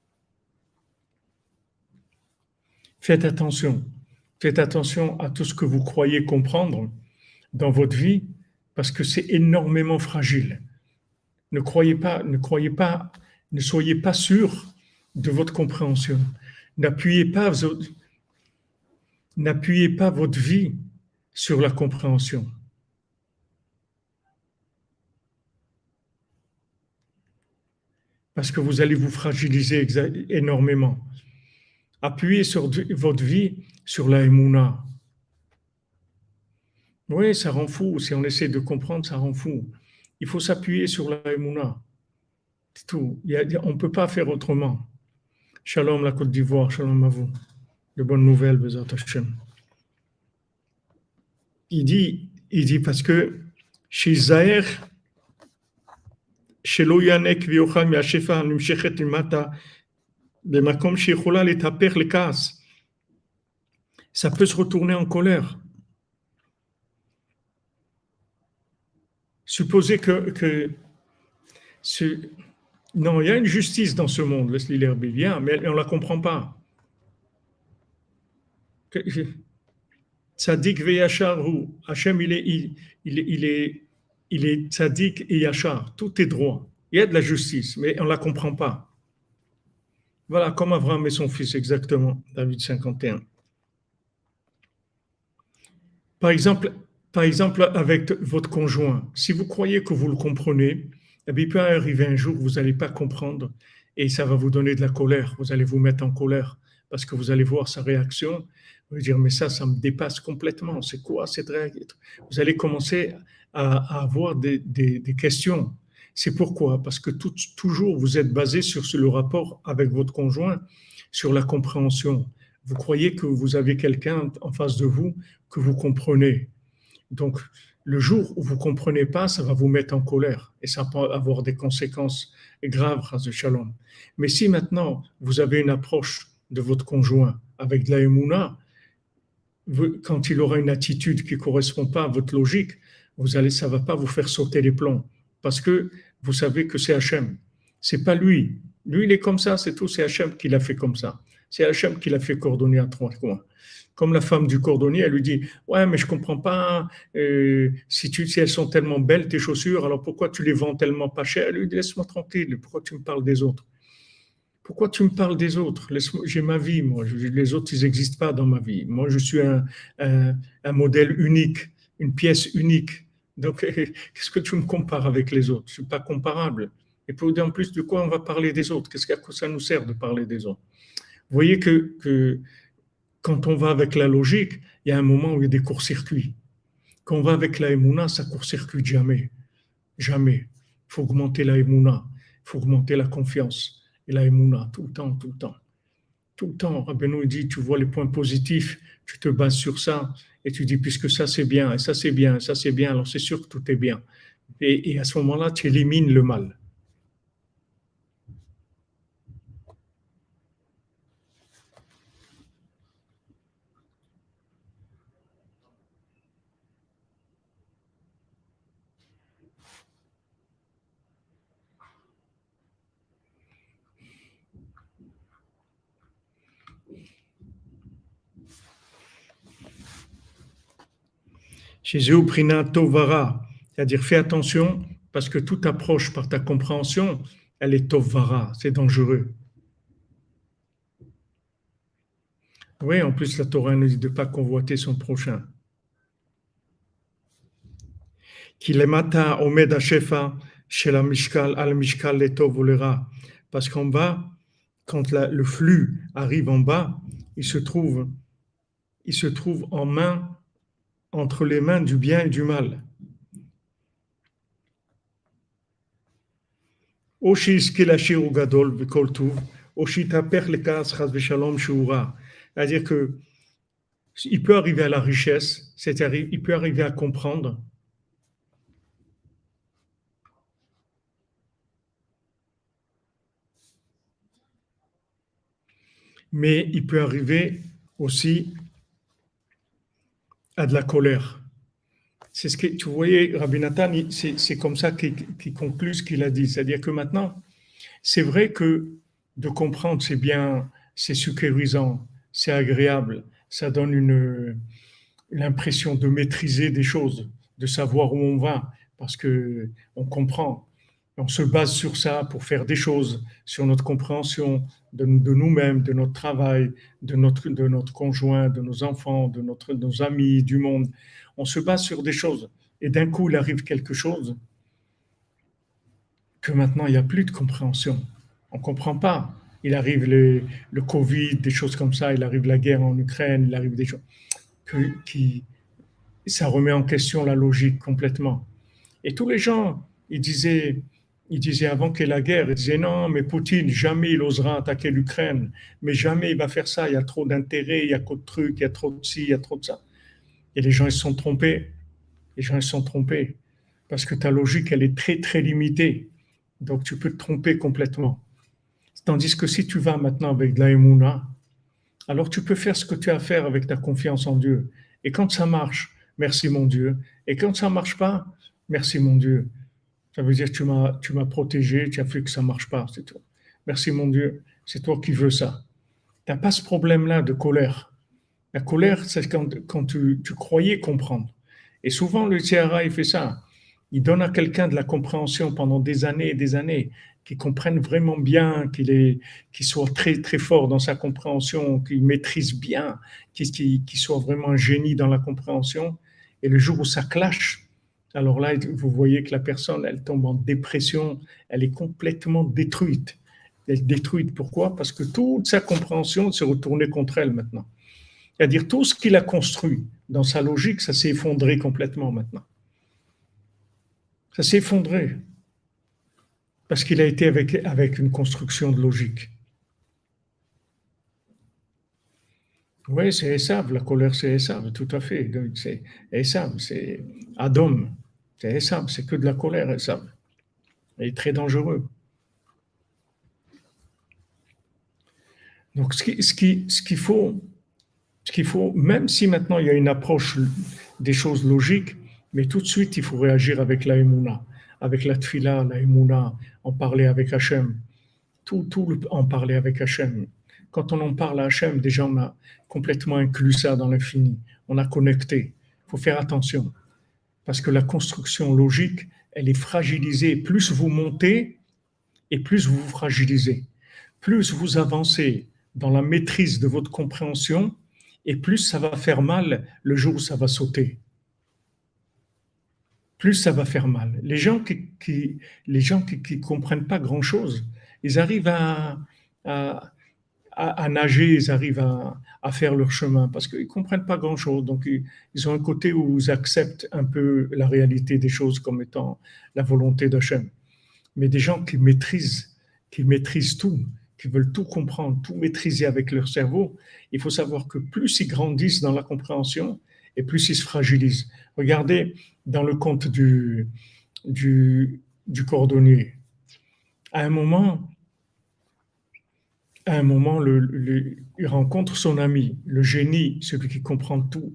Faites attention à tout ce que vous croyez comprendre dans votre vie, parce que c'est énormément fragile. Ne soyez pas sûr de votre compréhension. N'appuyez pas votre vie sur la compréhension. Parce que vous allez vous fragiliser énormément. Appuyez sur votre vie sur la Emouna. Oui, ça rend fou. Si on essaie de comprendre, ça rend fou. Il faut s'appuyer sur la Emouna. C'est tout. On ne peut pas faire autrement. Shalom la Côte d'Ivoire, shalom à vous. De bonnes nouvelles, Bezat Hashem. Il dit parce que chez Zahir, chez Loyanek, Viochal, Miachefa, Nimshechet, Limata, Bemakom, Shechola, Letaper, les Kaas. Ça peut se retourner en colère. Supposez que non, il y a une justice dans ce monde, laisse-les l'herbe bien, mais on ne la comprend pas. Tzadik ve yachar hu. Hachem, il est tzadik et yachar. Tout est droit. Il y a de la justice, mais on ne la comprend pas. Voilà, comme Abraham et son fils, exactement, David 51. Par exemple, avec votre conjoint, si vous croyez que vous le comprenez, eh bien, il peut arriver un jour où vous n'allez pas comprendre et ça va vous donner de la colère. Vous allez vous mettre en colère parce que vous allez voir sa réaction. Vous allez dire, mais ça me dépasse complètement. C'est quoi cette réaction? Vous allez commencer à avoir des questions. C'est pourquoi? Parce que toujours vous êtes basé sur le rapport avec votre conjoint, sur la compréhension. Vous croyez que vous avez quelqu'un en face de vous que vous comprenez. Donc, le jour où vous ne comprenez pas, ça va vous mettre en colère et ça peut avoir des conséquences graves, Chas de Shalom. Mais si maintenant vous avez une approche de votre conjoint avec de la émouna, quand il aura une attitude qui ne correspond pas à votre logique, ça ne va pas vous faire sauter les plombs parce que vous savez que c'est Hachem. Ce n'est pas lui. Lui, il est comme ça, c'est tout. C'est Hachem qui l'a fait comme ça. C'est Hachem qui l'a fait cordonner à 3 coins. Comme la femme du cordonnier, elle lui dit « Ouais, mais je ne comprends pas, si elles sont tellement belles, tes chaussures, alors pourquoi tu les vends tellement pas cher ?» Elle lui dit « Laisse-moi tranquille, pourquoi tu me parles des autres ? Pourquoi tu me parles des autres ? J'ai ma vie, moi. Les autres, ils n'existent pas dans ma vie. Moi, je suis un modèle unique, une pièce unique. Donc, qu'est-ce que tu me compares avec les autres ? Je ne suis pas comparable. Et pour en plus de quoi on va parler des autres? Qu'est-ce qu'à quoi ça nous sert de parler des autres? Vous voyez que quand on va avec la logique, il y a un moment où il y a des courts-circuits. Quand on va avec la Emouna, ça court-circuite jamais. Jamais. Il faut augmenter la Emouna. Il faut augmenter la confiance. Et la Emouna, tout le temps, tout le temps. Tout le temps, Rabbeinu dit, tu vois les points positifs, tu te bases sur ça, et tu dis, puisque ça c'est bien, et ça c'est bien, et ça c'est bien, alors c'est sûr que tout est bien. Et à ce moment-là, tu élimines le mal. Chez eux, Prina Tovara, c'est-à-dire fais attention, parce que toute approche par ta compréhension, elle est Tovara, c'est dangereux. Oui, en plus, la Torah ne dit de ne pas convoiter son prochain. Kilemata omed hashefa chez la mishkal al mishkal letov volera. Parce qu'en bas, quand le flux arrive en bas, il se trouve en main, entre les mains du bien et du mal. Oshi iskilashir ou gadol v'kol tuv, oshi taper le kas chas v'shalom shura. C'est-à-dire que il peut arriver à la richesse, c'est-à-dire il peut arriver à comprendre, mais il peut arriver aussi à de la colère. C'est ce que tu voyais, Rabbi Nathan, c'est comme ça qu'il conclut ce qu'il a dit. C'est-à-dire que maintenant, c'est vrai que de comprendre, c'est bien, c'est sécurisant, c'est agréable, ça donne l'impression de maîtriser des choses, de savoir où on va, parce que on comprend. On se base sur ça pour faire des choses, sur notre compréhension de nous-mêmes, de notre travail, de notre conjoint, de nos enfants, de nos amis, du monde. On se base sur des choses. Et d'un coup, il arrive quelque chose que maintenant, il n'y a plus de compréhension. On ne comprend pas. Il arrive le Covid, des choses comme ça, il arrive la guerre en Ukraine, il arrive des choses qui ça remet en question la logique complètement. Et tous les gens, ils disaient avant qu'il y ait la guerre, ils disaient non, mais Poutine, jamais il osera attaquer l'Ukraine, mais jamais il va faire ça, il y a trop d'intérêts, il y a trop de trucs, il y a trop de ci, il y a trop de ça. Et les gens, ils se sont trompés. Les gens, ils se sont trompés. Parce que ta logique, elle est très, très limitée. Donc, tu peux te tromper complètement. Tandis que si tu vas maintenant avec de la émouna, alors tu peux faire ce que tu as à faire avec ta confiance en Dieu. Et quand ça marche, merci mon Dieu. Et quand ça ne marche pas, merci mon Dieu. Ça veut dire que tu m'as protégé, tu as fait que ça ne marche pas, c'est tout. Merci mon Dieu, c'est toi qui veux ça. Tu n'as pas ce problème-là de colère. La colère, c'est quand tu croyais comprendre. Et souvent, le TRA, il fait ça. Il donne à quelqu'un de la compréhension pendant des années et des années, qui comprenne vraiment bien, qu'il soit très, très fort dans sa compréhension, qu'il maîtrise bien, qu'il soit vraiment un génie dans la compréhension. Et le jour où ça clash, alors là, vous voyez que la personne, elle tombe en dépression, elle est complètement détruite. Elle est détruite. Pourquoi? Parce que toute sa compréhension s'est retournée contre elle maintenant. C'est-à-dire tout ce qu'il a construit dans sa logique, ça s'est effondré complètement maintenant. Ça s'est effondré parce qu'il a été avec une construction de logique. Oui, c'est Esav, la colère c'est Esav, tout à fait. C'est Esav, c'est Adom, c'est Esav, c'est que de la colère Esav. Il est très dangereux. Donc ce qu'il faut, même si maintenant il y a une approche des choses logiques, mais tout de suite il faut réagir avec la Emouna, avec la Tfila, la Emouna, en parler avec Hachem, en parler avec Hachem. Quand on en parle à Hachem, déjà on a complètement inclus ça dans l'infini, on a connecté. Il faut faire attention, parce que la construction logique, elle est fragilisée. Plus vous montez, et plus vous vous fragilisez. Plus vous avancez dans la maîtrise de votre compréhension, et plus ça va faire mal le jour où ça va sauter. plus ça va faire mal. Les gens qui comprennent pas grand-chose, ils arrivent à, à nager, ils arrivent à faire leur chemin parce qu'ils comprennent pas grand-chose. Donc, ils ont un côté où ils acceptent un peu la réalité des choses comme étant la volonté d'Hachem. Mais des gens qui maîtrisent tout, qui veulent tout comprendre, tout maîtriser avec leur cerveau, il faut savoir que plus ils grandissent dans la compréhension et plus ils se fragilisent. Regardez dans le conte du cordonnier. À un moment, il rencontre son ami, le génie, celui qui comprend tout.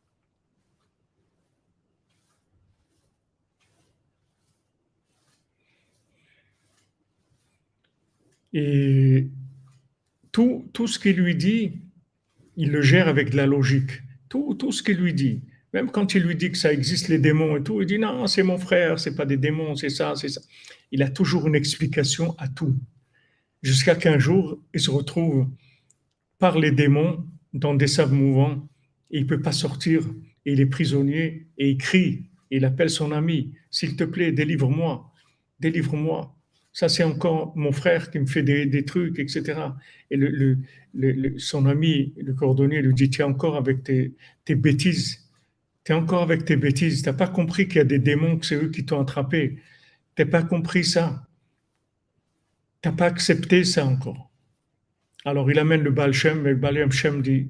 Et tout ce qu'il lui dit, il le gère avec de la logique. Tout ce qu'il lui dit. Même quand il lui dit que ça existe les démons et tout, il dit non, c'est mon frère, c'est pas des démons, c'est ça, c'est ça. Il a toujours une explication à tout. Jusqu'à qu'un jour, il se retrouve par les démons dans des sables mouvants et il ne peut pas sortir et il est prisonnier et il crie et il appelle son ami, s'il te plaît, délivre-moi, délivre-moi. Ça, c'est encore mon frère qui me fait des trucs, etc. Et son ami, le cordonnier, lui dit, tu es encore avec tes bêtises. Tu es encore avec tes bêtises. Tu n'as pas compris qu'il y a des démons, que c'est eux qui t'ont attrapé. Tu n'as pas compris ça. Tu n'as pas accepté ça encore. Alors, il amène le Baal Shem, mais le Baal Shem dit,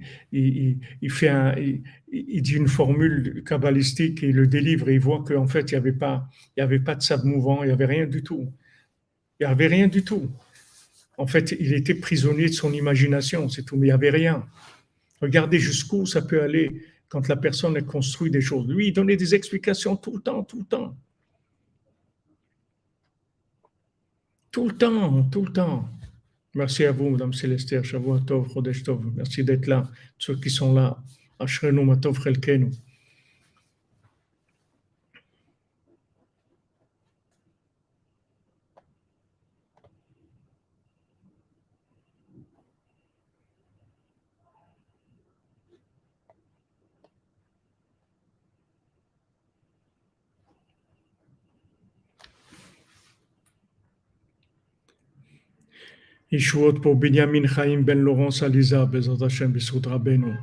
il dit une formule kabbalistique et il le délivre et il voit qu'en fait, il y avait pas de sable mouvant, il n'y avait rien du tout. Il n'y avait rien du tout. En fait, il était prisonnier de son imagination, c'est tout, mais il n'y avait rien. Regardez jusqu'où ça peut aller quand la personne a construit des choses. Lui, il donnait des explications tout le temps, tout le temps. Tout le temps, tout le temps. Merci à vous, Madame Célestia, Shavua Tov, Chodesh Tov. Merci d'être là, ceux qui sont là. Ashrenu Matov Chelkenu. Yeshuot pour Binyamin Chaim Ben Laurence Aliza, Bezrat Hashem, Bessoud Rabbeinu.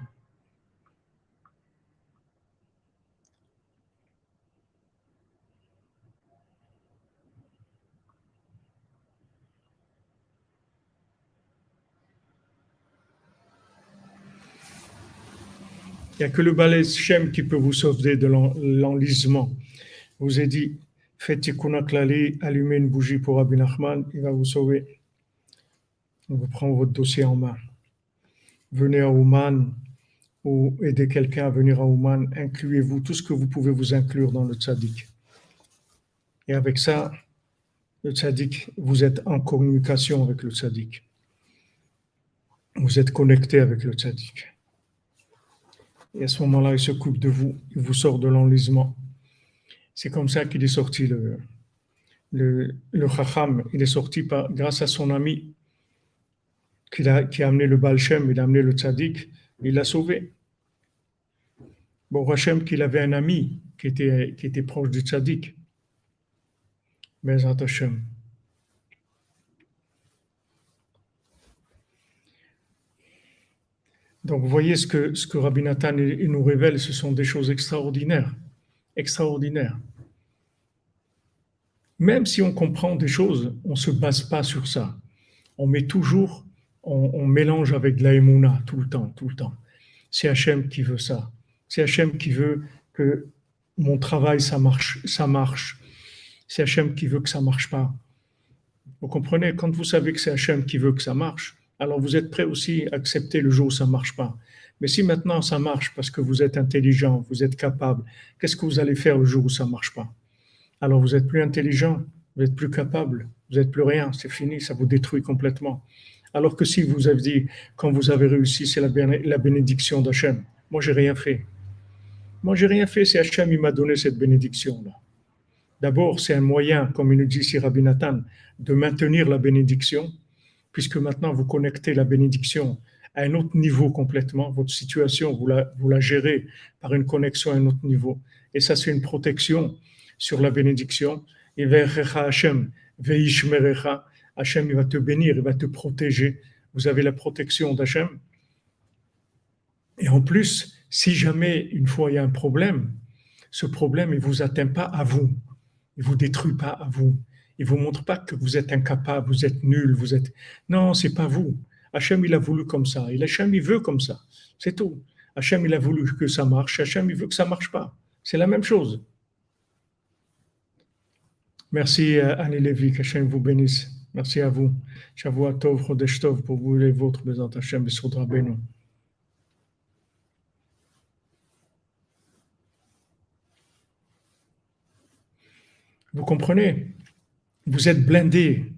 Il n'y a que le Baal Shem qui peut vous sauver de l'enlisement. Je vous ai dit, faites Tikkun Klali, allumez une bougie pour Rabbi Nachman, il va vous sauver. On vous prend votre dossier en main. Venez à Ouman ou aidez quelqu'un à venir à Ouman, incluez-vous tout ce que vous pouvez vous inclure dans le tzaddik. Et avec ça, le tzaddik, vous êtes en communication avec le tzaddik. Vous êtes connecté avec le tzaddik. Et à ce moment-là, il s'occupe de vous, il vous sort de l'enlisement. C'est comme ça qu'il est sorti le Chacham, il est sorti grâce à son ami qui a amené le Baal Shem, il a amené le Tzaddik, il l'a sauvé. Bon, Hachem qu'il avait un ami qui était proche du Tzaddik. Bezrat Hashem. Donc, vous voyez ce que Rabbi Nathan il nous révèle, ce sont des choses extraordinaires. Extraordinaires. Même si on comprend des choses, on ne se base pas sur ça. On met toujours, on mélange avec de la émouna tout le temps, tout le temps. C'est Hachem qui veut ça. C'est Hachem qui veut que mon travail, ça marche. C'est Hachem qui veut que ça ne marche pas. Vous comprenez, quand vous savez que c'est Hachem qui veut que ça marche, alors vous êtes prêt aussi à accepter le jour où ça ne marche pas. Mais si maintenant ça marche parce que vous êtes intelligent, vous êtes capable, qu'est-ce que vous allez faire le jour où ça ne marche pas? Alors vous êtes plus intelligent, vous êtes plus capable, vous n'êtes plus rien, c'est fini, ça vous détruit complètement. Alors que si vous avez dit, quand vous avez réussi, c'est la bénédiction d'Hachem. Moi, j'ai rien fait. Moi, j'ai rien fait, c'est Hachem, il m'a donné cette bénédiction-là. D'abord, c'est un moyen, comme il nous dit ici Rabbi Nathan, de maintenir la bénédiction, puisque maintenant vous connectez la bénédiction à un autre niveau complètement. Votre situation, vous la gérez par une connexion à un autre niveau. Et ça, c'est une protection. sur la bénédiction. Et Ve'erecha Hashem, ve'ishmerecha. Hashem, il va te bénir, il va te protéger. Vous avez la protection d'Hachem. Et en plus, si jamais une fois il y a un problème, ce problème ne vous atteint pas à vous, il ne vous détruit pas à vous, il ne vous montre pas que vous êtes incapable, vous êtes nul, vous êtes... Non, ce n'est pas vous. Hachem, il a voulu comme ça. Et Hachem, il veut comme ça. C'est tout. Hachem, il a voulu que ça marche. Hachem, il veut que ça ne marche pas. C'est la même chose. Merci Annie Lévy, qu'Hachem vous bénisse. Merci à vous. Shavua Tov, Chodesh Tov, pour vous et les vôtres, Bézat Hachem, Bessoud Rabbeinu. Vous comprenez? Vous êtes blindés.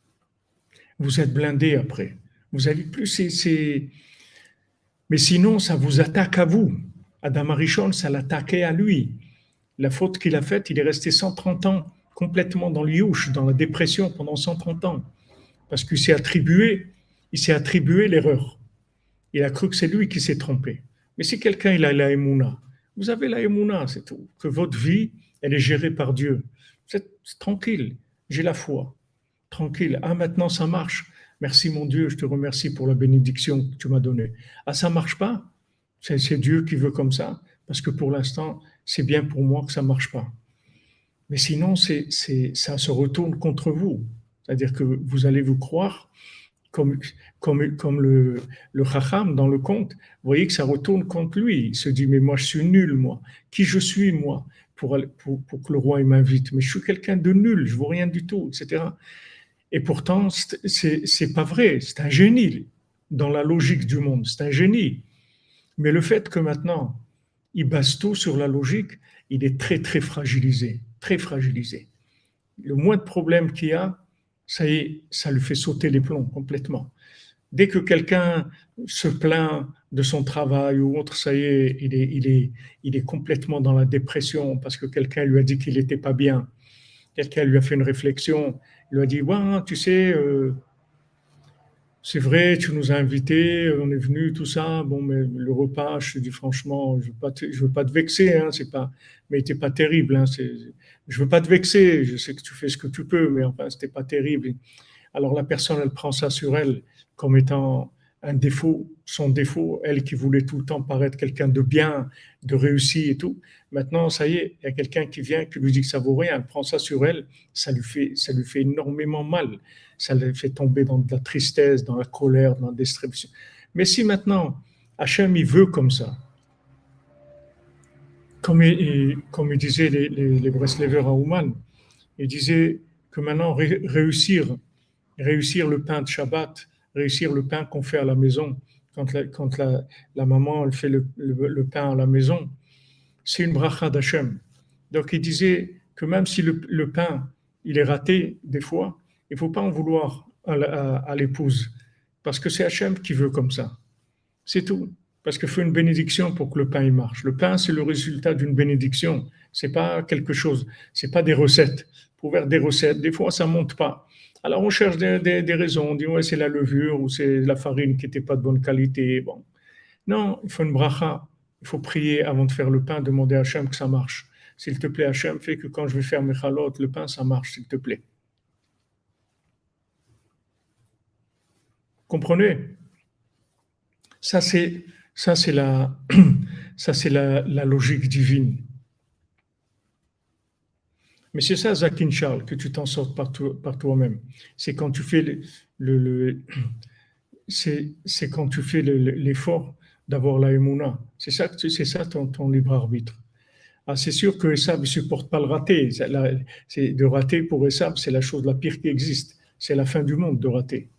Vous êtes blindés après. Vous avez plus... Mais sinon, ça vous attaque à vous. Adam Arishon, ça l'attaquait à lui. La faute qu'il a faite, il est resté 130 ans complètement dans le youch, dans la dépression pendant 130 ans. Parce qu'il s'est attribué l'erreur. Il a cru que c'est lui qui s'est trompé. Mais si quelqu'un il a la émouna, vous avez la émouna, c'est tout. Que votre vie, elle est gérée par Dieu. C'est tranquille, j'ai la foi. Tranquille. Ah, maintenant ça marche. Merci mon Dieu, je te remercie pour la bénédiction que tu m'as donnée. Ah, ça marche pas? C'est Dieu qui veut comme ça. Parce que pour l'instant, c'est bien pour moi que ça marche pas. Mais sinon, ça se retourne contre vous. C'est-à-dire que vous allez vous croire comme le Chacham dans le conte. Vous voyez que ça retourne contre lui. Il se dit, mais moi je suis nul, moi. Qui je suis, moi, pour que le roi il m'invite? Mais je suis quelqu'un de nul, je ne vaux rien du tout, etc. Et pourtant, c'est pas vrai. C'est un génie dans la logique du monde. C'est un génie. Mais le fait que maintenant, il base tout sur la logique, il est très, très fragilisé. Très fragilisé. Le moins de problèmes qu'il y a, ça y est, ça lui fait sauter les plombs complètement. Dès que quelqu'un se plaint de son travail ou autre, ça y est, il est complètement dans la dépression parce que quelqu'un lui a dit qu'il n'était pas bien. Quelqu'un lui a fait une réflexion, il lui a dit, ouais, tu sais, c'est vrai, tu nous as invités, on est venu, tout ça. Bon, mais le repas, je te dis franchement, je veux pas te vexer, hein, c'est pas, mais c'était pas terrible. Hein, je veux pas te vexer, je sais que tu fais ce que tu peux, mais enfin, c'était pas terrible. Alors la personne, elle prend ça sur elle comme étant un défaut, son défaut, elle qui voulait tout le temps paraître quelqu'un de bien, de réussi et tout. Maintenant, ça y est, il y a quelqu'un qui vient, qui lui dit que ça vaut rien, elle prend ça sur elle, ça lui fait énormément mal. Ça le fait tomber dans de la tristesse, dans la colère, dans la destruction. Mais si maintenant, Hachem, il veut comme ça, comme il disait les Breslevers à Ouman, il disait que maintenant, réussir le pain de Shabbat, réussir le pain qu'on fait à la maison, quand la maman elle fait le pain à la maison, c'est une bracha d'Hachem. Donc il disait que même si le pain, il est raté des fois, il ne faut pas en vouloir à l'épouse, parce que c'est Hachem qui veut comme ça. C'est tout. Parce qu'il faut une bénédiction pour que le pain il marche. Le pain, c'est le résultat d'une bénédiction. C'est pas quelque chose, c'est pas des recettes. Pour faire des recettes, des fois, ça monte pas. Alors, on cherche des raisons. On dit, ouais, c'est la levure ou c'est la farine qui n'était pas de bonne qualité. Bon. Non, il faut une bracha. Il faut prier avant de faire le pain, demander à Hachem que ça marche. S'il te plaît, Hachem, fais que quand je vais faire mes chalotes, le pain, ça marche, s'il te plaît. Comprenez? Ça, c'est la logique divine. Mais c'est ça, Zakin Charles, que tu t'en sortes par toi-même. C'est quand tu fais c'est quand tu fais l'effort d'avoir la émouna. C'est ça ton libre arbitre. Ah, c'est sûr que Esav ne supporte pas le raté. De rater pour Esav, c'est la chose la pire qui existe. C'est la fin du monde de rater.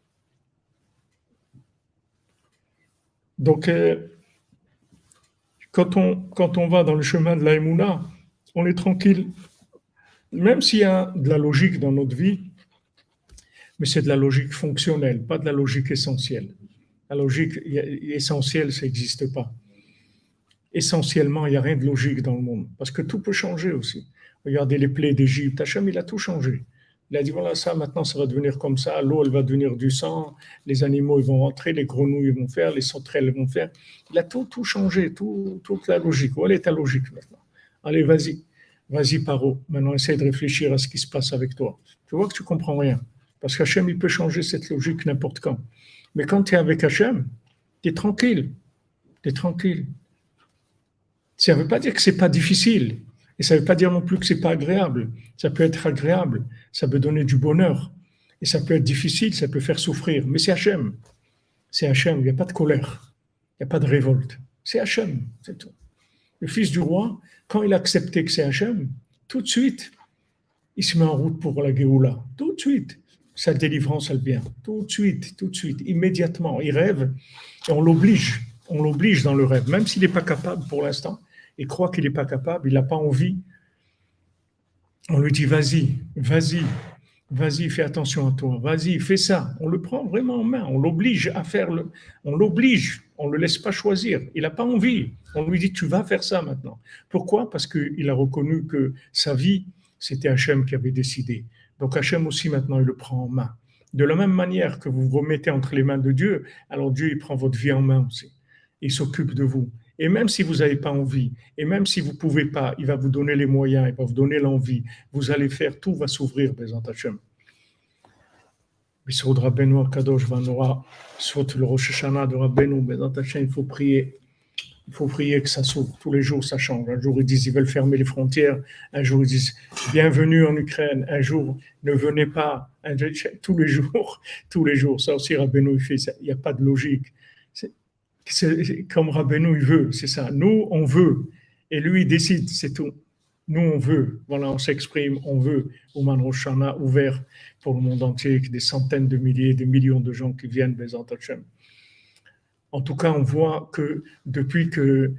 Donc, quand on va dans le chemin de la émouna, on est tranquille. Même s'il y a de la logique dans notre vie, mais c'est de la logique fonctionnelle, pas de la logique essentielle. La logique essentielle, ça n'existe pas. Essentiellement, il n'y a rien de logique dans le monde, parce que tout peut changer aussi. Regardez les plaies d'Égypte, Hachem, il a tout changé. Il a dit, voilà, ça, maintenant, ça va devenir comme ça, l'eau, elle va devenir du sang, les animaux, ils vont rentrer, les grenouilles, ils vont faire, les sauterelles, vont faire. Il a tout changé, toute la logique. Où est ta logique maintenant? Allez, vas-y. Vas-y, Paro, maintenant essaie de réfléchir à ce qui se passe avec toi. Tu vois que tu comprends rien. Parce qu'Hachem, il peut changer cette logique n'importe quand. Mais quand tu es avec Hachem, tu es tranquille. Tu es tranquille. Ça ne veut pas dire que c'est pas difficile. Et ça ne veut pas dire non plus que c'est pas agréable. Ça peut être agréable. Ça peut donner du bonheur. Et ça peut être difficile, ça peut faire souffrir. Mais c'est Hachem. C'est Hachem. Il n'y a pas de colère. Il n'y a pas de révolte. C'est Hachem. C'est tout. Le fils du roi, quand il a accepté que c'est Hachem, tout de suite, il se met en route pour la Géoula. Tout de suite. Sa délivrance, elle vient. Tout de suite, immédiatement. Il rêve et on l'oblige. On l'oblige dans le rêve, même s'il n'est pas capable pour l'instant. Il croit qu'il n'est pas capable, il n'a pas envie. On lui dit, vas-y, vas-y, vas-y, fais attention à toi, vas-y, fais ça. On le prend vraiment en main, on l'oblige à faire on l'oblige, on ne le laisse pas choisir. Il n'a pas envie. On lui dit, tu vas faire ça maintenant. Pourquoi? Parce qu'il a reconnu que sa vie, c'était Hachem qui avait décidé. Donc Hachem aussi maintenant, il le prend en main. De la même manière que vous vous remettez entre les mains de Dieu, alors Dieu, il prend votre vie en main aussi. Il s'occupe de vous. Et même si vous n'avez pas envie, et même si vous ne pouvez pas, il va vous donner les moyens, il va vous donner l'envie. Vous allez faire, tout va s'ouvrir, Bézant Hachem. Bissoud Rabbeinu Akadosh Vanora, saute le Rosh Hashanah de Rabbeinu, Bézant Hachem, il faut prier. Il faut prier que ça s'ouvre. Tous les jours, ça change. Un jour, ils disent qu'ils veulent fermer les frontières. Un jour, ils disent bienvenue en Ukraine. Un jour, ne venez pas. Tous les jours. Ça aussi, Rabbeinu, il fait ça. Il n'y a pas de logique. C'est comme Rabbeinu, il veut, c'est ça. Nous, on veut. Et lui, il décide, c'est tout. Nous, on veut. Voilà, on s'exprime, on veut. Ouman Rosh Hashanah ouvert pour le monde entier, avec des centaines de milliers, des millions de gens qui viennent, Bézant Hachem. En tout cas, on voit que depuis que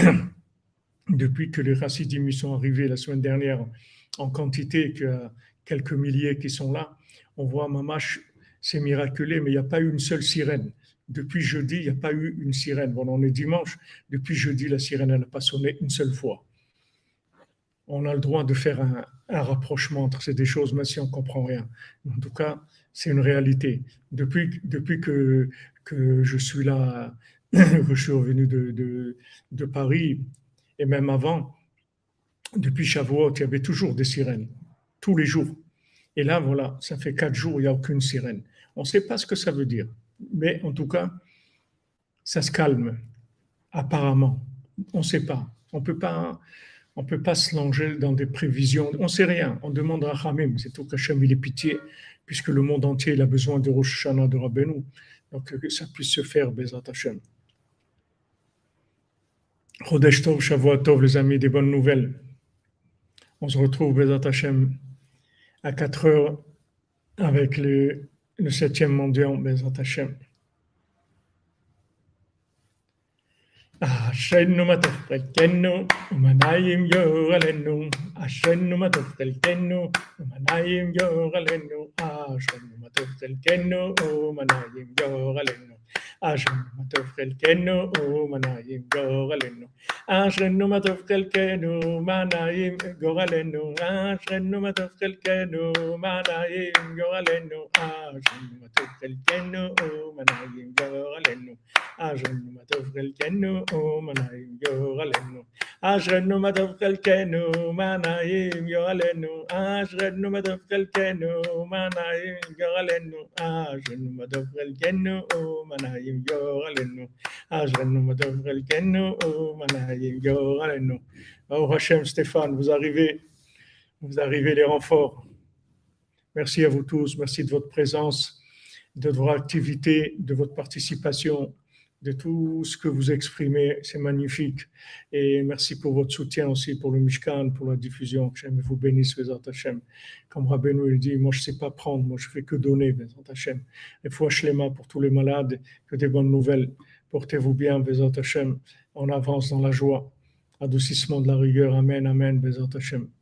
les Chassidim sont arrivés la semaine dernière en quantité, qu'il y a quelques milliers qui sont là, on voit Mamash, c'est miraculé, mais il n'y a pas eu une seule sirène. Depuis jeudi, il n'y a pas eu une sirène. Bon, on est dimanche. Depuis jeudi, la sirène n'a pas sonné une seule fois. On a le droit de faire un rapprochement entre ces deux choses, même si on ne comprend rien. En tout cas, c'est une réalité. Depuis que je suis là, que je suis revenu de Paris, et même avant, depuis Shavuot, il y avait toujours des sirènes, tous les jours. Et là, voilà, ça fait 4 jours, il n'y a aucune sirène. On ne sait pas ce que ça veut dire. Mais en tout cas, ça se calme, apparemment. On ne sait pas. On peut pas se longer dans des prévisions. On ne sait rien. On demande à Hamim. C'est tout qu'Hachem, il est pitié, puisque le monde entier il a besoin de Rosh Hashanah, de Rabbeinu. Donc que ça puisse se faire, Bezat Hachem. Chodesh Tov, Shavuot Tov, les amis, des bonnes nouvelles. On se retrouve, Bezat Hachem, à 4 heures avec le 7e mondial, Bezat Hachem. Ashenu matov chelkenu, umanayim yoralenu. Ashenu matov chelkenu, umanayim yoralenu. Ashenu matov chelkenu, umanayim yoralenu. Ashenu matov chelkenu, umanayim yoralenu. Ashenu matov chelkenu, umanayim yoralenu. Ashenu matov chelkenu, umanayim yoralenu. Ashenu matov chelkenu, umanayim yoralenu. Ashenu matov chelkenu, Manayim Yoralenu. Ashrenu Matov Chelkenu, Manayim Yoralenu. Ashrenu Matov Chelkenu, Manayim Yoralenu. Ashrenu Matov Chelkenu, Manayim Yoralenu. Ashrenu Matov Chelkenu, Manayim Yoralenu. Oh Hachem, Stéphane, vous arrivez les renforts. Merci à vous tous, merci de votre présence, de votre activité, de votre participation, de tout ce que vous exprimez, c'est magnifique. Et merci pour votre soutien aussi pour le Mishkan, pour la diffusion. Que Hachem vous bénisse, Bezat Hachem. Comme Rabbeinu il dit, moi je ne sais pas prendre, moi je fais que donner, Bezat Hachem. Et foi shlema pour tous les malades, que des bonnes nouvelles. Portez-vous bien, Bezat Hachem. On avance dans la joie. Adoucissement de la rigueur. Amen, amen, Bezat Hachem.